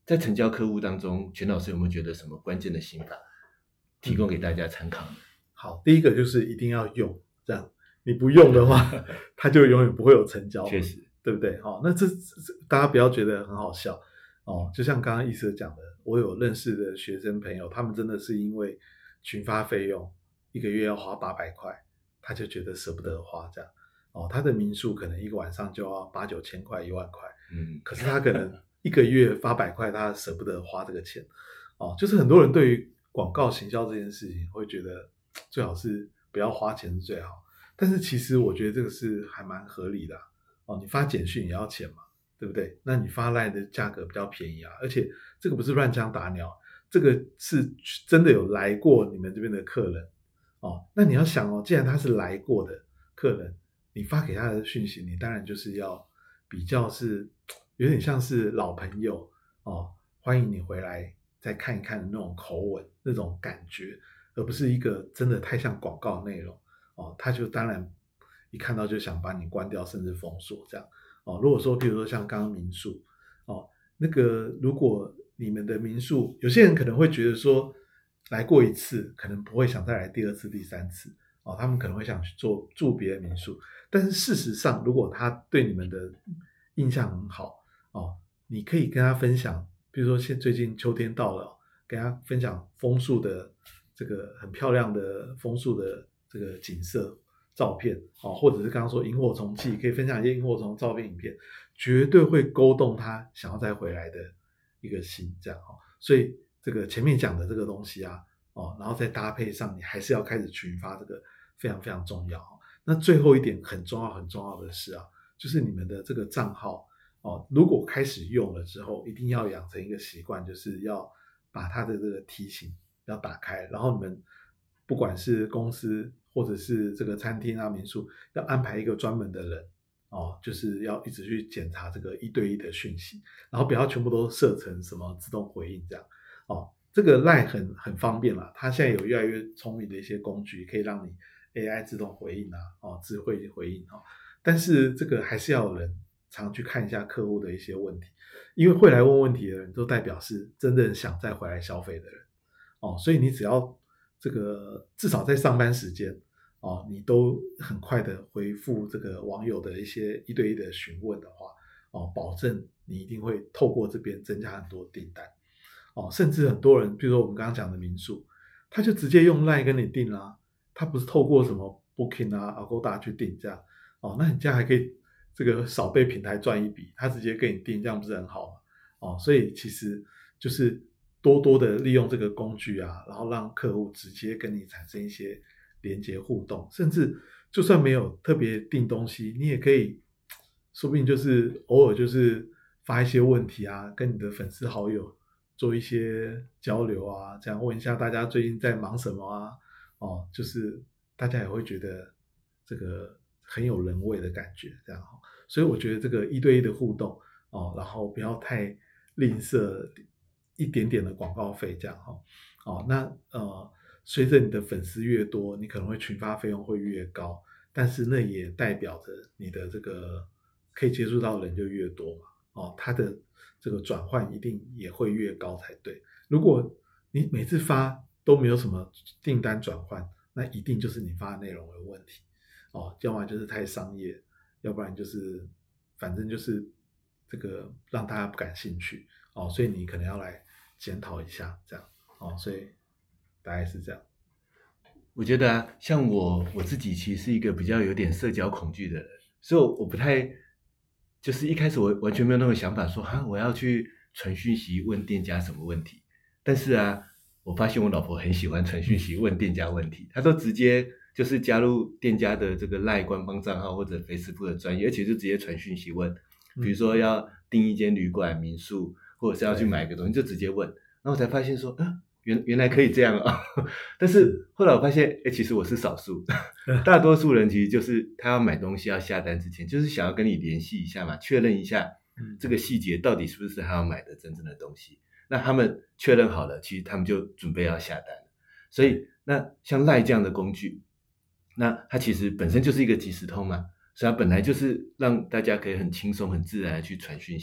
在成交客户当中，全老师有没有觉得什么关键的心法提供给大家参考呢？ 好，第一个就是一定要用，这样你不用的话，它就永远不会有成交， 确实， 对不对？那这大家不要觉得很好笑就像刚刚医师讲的，我有认识的学生朋友，他们真的是因为群发费用1个月要花800块，他就觉得舍不得花这样他的民宿可能一个晚上就要8、9千块、1万块，可是他可能1个月800块，他舍不得花这个钱就是很多人对于广告行销这件事情会觉得最好是不要花钱是最好，但是其实我觉得这个是还蛮合理的你发简讯也要钱嘛，对不对？那你发赖的价格比较便宜而且这个不是乱枪打鸟，这个是真的有来过你们这边的客人那你要想既然他是来过的客人，你发给他的讯息，你当然就是要比较是有点像是老朋友欢迎你回来再看一看的那种口吻，那种感觉，而不是一个真的太像广告内容他就当然一看到就想把你关掉甚至封锁这样如果说譬如说像刚刚民宿那个如果你们的民宿有些人可能会觉得说来过一次可能不会想再来第2次第3次他们可能会想去住别的民宿，但是事实上如果他对你们的印象很好你可以跟他分享，比如说最近秋天到了跟他分享枫树的这个很漂亮的枫树的这个景色照片或者是刚刚说萤火虫季，可以分享一些萤火虫照片影片，绝对会勾动他想要再回来的一个心这样所以这个前面讲的这个东西然后再搭配上你还是要开始群发，这个非常非常重要那最后一点很重要很重要的是就是你们的这个账号如果开始用了之后，一定要养成一个习惯，就是要把它的这个提醒要打开，然后你们不管是公司或者是这个餐厅民宿，要安排一个专门的人就是要一直去检查这个1对1的讯息，然后不要全部都设成什么自动回应这样这个 LINE 很方便啦，它现在有越来越聪明的一些工具，可以让你 AI 自动回应智慧回应但是这个还是要有人常去看一下客户的一些问题，因为会来问问题的人都代表是真正想再回来消费的人所以你只要这个至少在上班时间你都很快的回复这个网友的一些1对1的询问的话保证你一定会透过这边增加很多订单甚至很多人比如说我们刚刚讲的民宿，他就直接用 LINE 跟你订啦，他不是透过什么 Booking Agoda 去订这样那你这样还可以这个少被平台赚一笔，他直接跟你订，这样不是很好吗所以其实就是多多的利用这个工具然后让客户直接跟你产生一些连结互动，甚至就算没有特别订东西，你也可以说不定就是偶尔就是发一些问题跟你的粉丝好友做一些交流这样问一下大家最近在忙什么就是大家也会觉得这个很有人味的感觉这样所以我觉得这个1对1的互动然后不要太吝啬一点点的广告费这样那随着你的粉丝越多，你可能会群发费用会越高，但是那也代表着你的这个可以接触到的人就越多嘛它的这个转换一定也会越高才对。如果你每次发都没有什么订单转换，那一定就是你发的内容有问题要么就是太商业，要不然就是反正就是这个让大家不感兴趣所以你可能要来检讨一下这样所以大概是这样。 我觉得像我自己其实是一个比较有点社交恐惧的人，所以我不太就是一开始我完全没有那种想法说我要去传讯息问店家什么问题，但是我发现我老婆很喜欢传讯息问店家问题，她都直接就是加入店家的这个 LINE 官方账号或者 Facebook 的专页，而且就直接传讯息问，比如说要订一间旅馆民宿，或者是要去买个东西就直接问，然后我才发现说原来可以这样但是后来我发现其实我是少数大多数人其实就是他要买东西要下单之前就是想要跟你联系一下嘛，确认一下这个细节到底是不是他要买的真正的东西，那他们确认好了，其实他们就准备要下单了。所以那像 LINE 这样的工具，那它其实本身就是一个即时通嘛，所以它本来就是让大家可以很轻松很自然的去传讯息。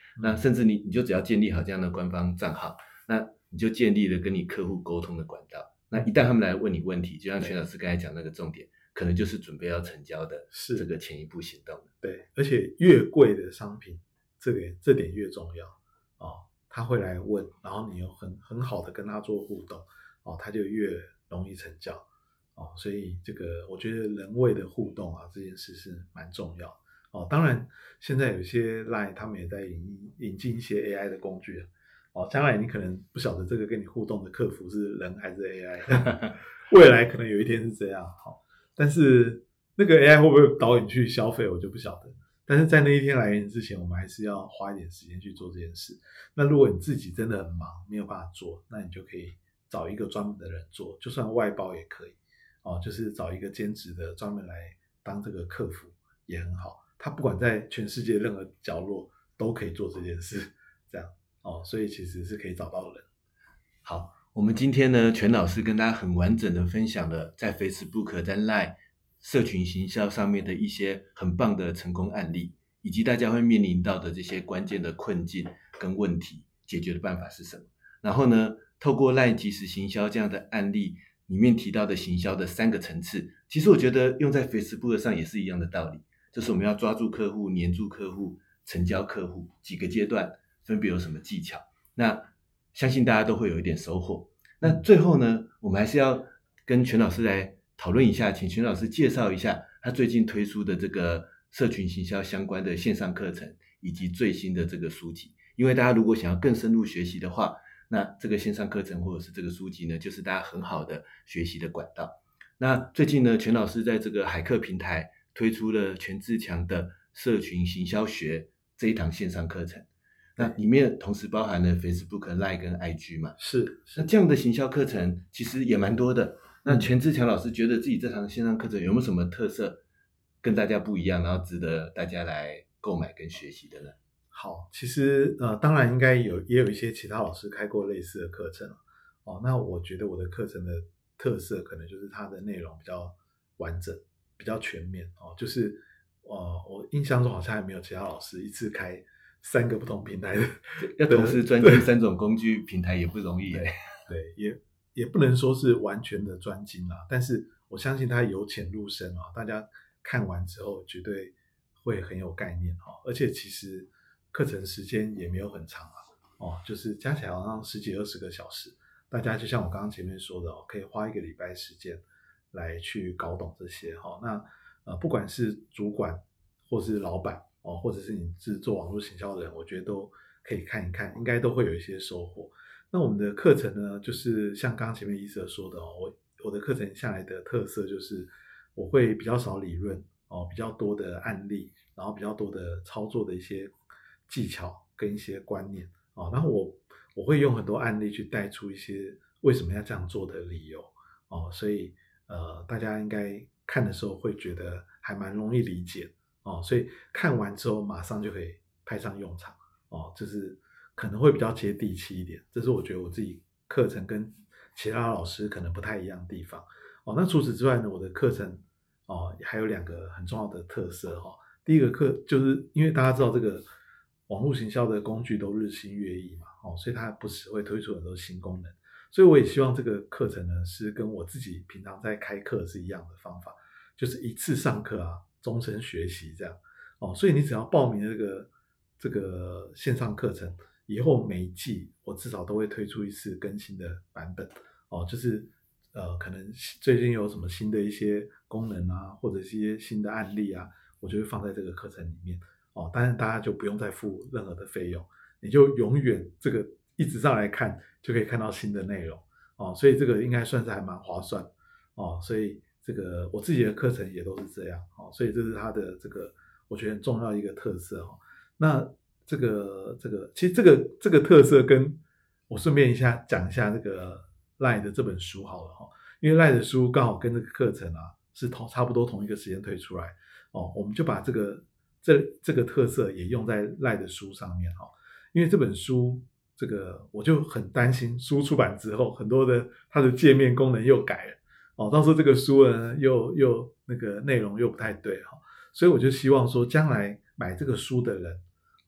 那甚至你就只要建立好这样的官方账号，那你就建立了跟你客户沟通的管道。那一旦他们来问你问题，就像全老师刚才讲那个重点，可能就是准备要成交的这个前一步行动。 对，而且越贵的商品，这点越重要哦。他会来问，然后你又很好的跟他做互动哦，他就越容易成交哦。所以这个我觉得人为的互动啊，这件事是蛮重要哦。当然，现在有些 LINE 他们也在引进一些 AI 的工具哦。将来你可能不晓得这个跟你互动的客服是人还是 AI， 未来可能有一天是这样好。但是那个 AI 会不会导引去消费，我就不晓得。但是在那一天来临之前，我们还是要花一点时间去做这件事。那如果你自己真的很忙，没有办法做，那你就可以找一个专门的人做，就算外包也可以哦，就是找一个兼职的专门来当这个客服也很好。他不管在全世界任何角落都可以做这件事，这样哦，所以其实是可以找到人。 好，我们今天呢，全老师跟大家很完整的分享了在 Facebook、在 LINE 社群行销上面的一些很棒的成功案例，以及大家会面临到的这些关键的困境跟问题，解决的办法是什么。然后呢，透过 LINE 即时行销这样的案例里面提到的行销的3个层次，其实我觉得用在 Facebook 上也是一样的道理，就是我们要抓住客户、黏住客户、成交客户，几个阶段分别有什么技巧，那相信大家都会有一点收获。那最后呢，我们还是要跟全老师来讨论一下，请全老师介绍一下他最近推出的这个社群行销相关的线上课程以及最新的这个书籍。因为大家如果想要更深入学习的话，那这个线上课程或者是这个书籍呢，就是大家很好的学习的管道。那最近呢，全老师在这个海课平台推出了全自强的社群行销学这一堂线上课程，那里面同时包含了 Facebook、LINE 跟 IG 嘛。 是那这样的行销课程其实也蛮多的。那全自强老师觉得自己这堂线上课程有没有什么特色跟大家不一样，然后值得大家来购买跟学习的呢？ 好，其实当然应该也有一些其他老师开过类似的课程哦。那我觉得我的课程的特色可能就是它的内容比较完整，比较全面哦。就是我印象中好像还没有其他老师一次开3个不同平台的， 要同时专精3种工具平台也不容易。 对，也不能说是完全的专精啦，但是我相信它由浅入深啊，大家看完之后绝对会很有概念哦。而且其实课程时间也没有很长就是加起来好像10几20个小时，大家就像我刚刚前面说的可以花1个礼拜时间来去搞懂这些那不管是主管或是老板或者是你是做网络行销的人，我觉得都可以看一看，应该都会有一些收获。那我们的课程呢，就是像刚刚前面医生说的我的课程下来的特色就是我会比较少理论比较多的案例，然后比较多的操作的一些技巧跟一些观念然后我会用很多案例去带出一些为什么要这样做的理由所以大家应该看的时候会觉得还蛮容易理解所以看完之后马上就可以派上用场就是可能会比较接地气一点，这是我觉得我自己课程跟其他老师可能不太一样的地方那除此之外呢，我的课程还有2个很重要的特色第一个课就是因为大家知道这个网络行销的工具都日新月异嘛所以它不时会推出很多新功能，所以我也希望这个课程呢是跟我自己平常在开课是一样的方法，就是一次上课终身学习这样所以你只要报名这个线上课程，以后每一季我至少都会推出一次更新的版本就是可能最近有什么新的一些功能或者是一些新的案例我就会放在这个课程里面当然大家就不用再付任何的费用，你就永远这个一直上来看就可以看到新的内容所以这个应该算是还蛮划算所以这个我自己的课程也都是这样所以这是它的这个我觉得很重要的一个特色那这个其实这个特色跟我顺便讲一下这个 LINE 的这本书好了因为 LINE 的书刚好跟这个课程是差不多同一个时间推出来我们就把这个特色也用在 LINE 的书上面因为这本书这个我就很担心书出版之后很多的它的界面功能又改了到时候这个书呢又那个内容又不太对所以我就希望说将来买这个书的人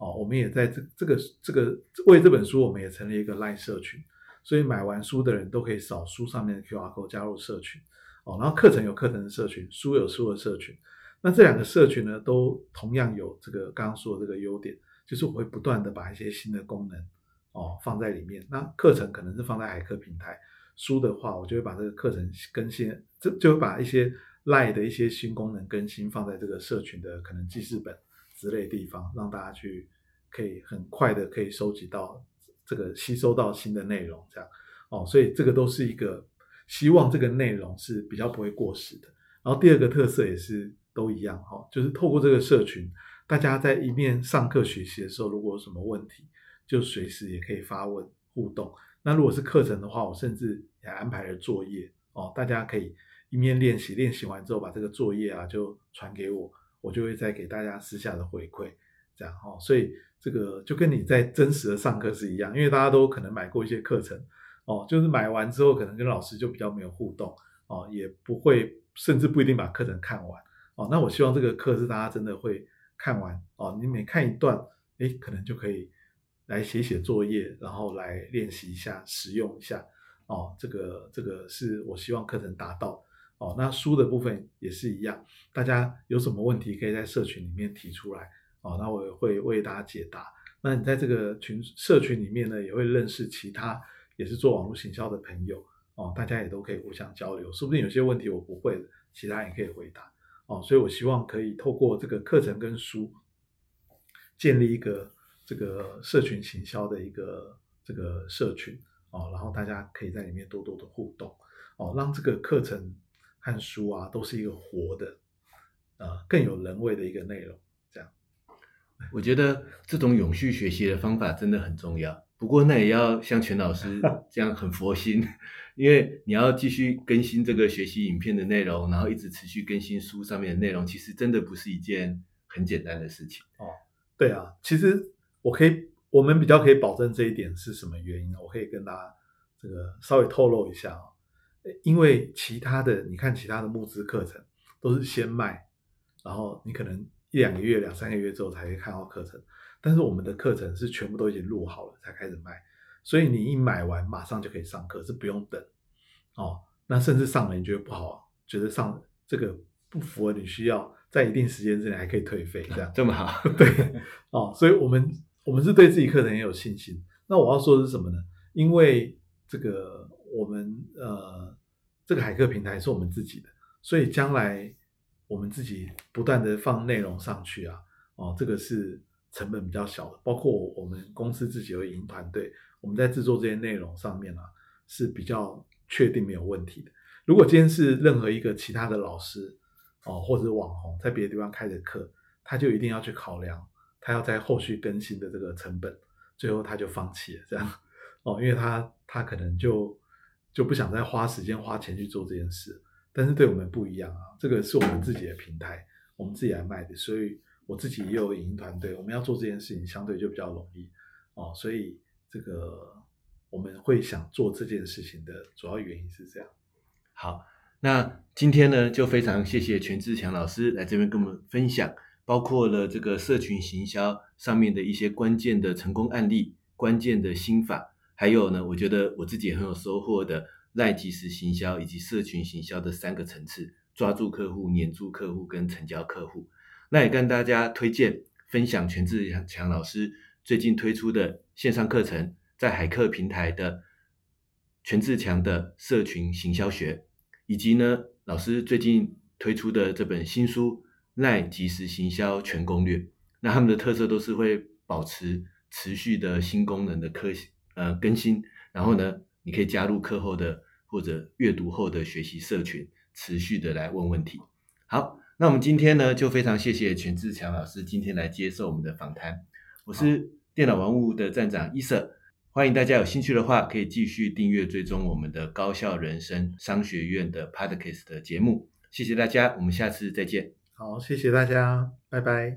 我们也在这个为这本书，我们也成立一个 LINE 社群，所以买完书的人都可以扫书上面的 QR code 加入社群然后课程有课程的社群，书有书的社群。那这两个社群呢，都同样有这个刚刚说的这个优点，就是我会不断的把一些新的功能放在里面。那课程可能是放在海课平台，书的话我就会把这个课程更新，就会把一些 LINE 的一些新功能更新放在这个社群的可能记事本之类的地方，让大家去可以很快的可以收集到这个吸收到新的内容这样所以这个都是一个希望这个内容是比较不会过时的。然后第二个特色也是都一样就是透过这个社群，大家在一面上课学习的时候，如果有什么问题就随时也可以发问互动。那如果是课程的话，我甚至也安排了作业大家可以一面练习，练习完之后把这个作业就传给我，我就会再给大家私下的回馈这样所以这个就跟你在真实的上课是一样，因为大家都可能买过一些课程就是买完之后可能跟老师就比较没有互动也不会，甚至不一定把课程看完那我希望这个课是大家真的会看完你每看一段可能就可以来写写作业，然后来练习一下，实用一下这个是我希望课程达到那书的部分也是一样，大家有什么问题可以在社群里面提出来那我也会为大家解答。那你在这个社群里面呢，也会认识其他也是做网络行销的朋友大家也都可以互相交流，说不定有些问题我不会的，其他人也可以回答所以我希望可以透过这个课程跟书建立一个这个社群行销的一个这个社群然后大家可以在里面多多的互动让这个课程和书都是一个活的更有人味的一个内容这样。 我觉得这种永续学习的方法真的很重要，不过那也要像全老师这样很佛心因为你要继续更新这个学习影片的内容，然后一直持续更新书上面的内容，其实真的不是一件很简单的事情对啊，其实我们比较可以保证这一点是什么原因我可以跟大家这个稍微透露一下因为你看其他的募资课程都是先卖，然后你可能1-2个月2-3个月之后才会看到课程，但是我们的课程是全部都已经录好了才开始卖，所以你一买完马上就可以上课，是不用等那甚至上了你觉得不好，觉得上这个不符合你需要，在一定时间之内还可以退费这样这么好对所以我们是对自己课程也有信心。那我要说的是什么呢？因为这个我们这个海课平台是我们自己的，所以将来我们自己不断的放内容上去这个是成本比较小的，包括我们公司自己有影音团队，我们在制作这些内容上面是比较确定没有问题的。如果今天是任何一个其他的老师或者是网红在别的地方开的课，他就一定要去考量他要在后续更新的这个成本，最后他就放弃了这样因为他可能就不想再花时间花钱去做这件事。但是对我们不一样这个是我们自己的平台，我们自己来卖的，所以我自己也有影音团队，我们要做这件事情相对就比较容易所以这个我们会想做这件事情的主要原因是这样。 好，那今天呢就非常谢谢全志强老师来这边跟我们分享，包括了这个社群行销上面的一些关键的成功案例、关键的心法，还有呢我觉得我自己也很有收获的LINE即时行销以及社群行销的3个层次，抓住客户、黏住客户跟成交客户。那也跟大家推荐分享全志强老师最近推出的线上课程，在海课平台的全志强的社群行销学，以及呢老师最近推出的这本新书LINE即时行销全攻略。那他们的特色都是会保持持续的新功能的更新，然后呢你可以加入课后的或者阅读后的学习社群，持续的来问问题。好，那我们今天呢就非常谢谢全志强老师今天来接受我们的访谈。我是电脑玩物的站长伊瑟，欢迎大家有兴趣的话可以继续订阅追踪我们的高效人生商学院的 Podcast 的节目。谢谢大家，我们下次再见。 好，谢谢大家，拜拜。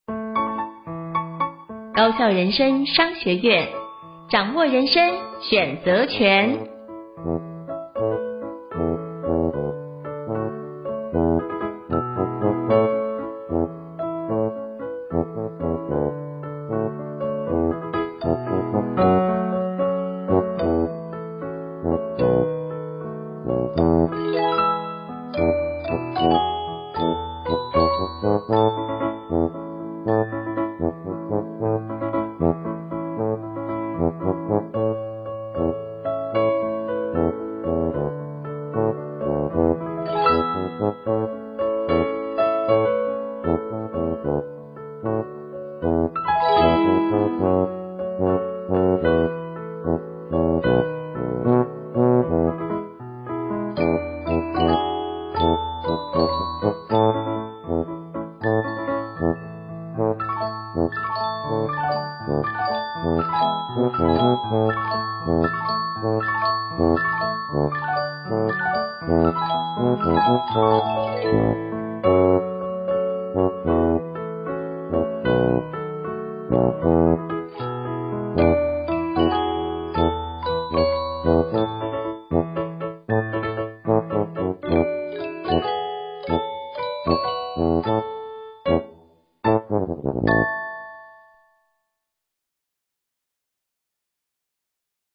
高效人生商学院，掌握人生选择权。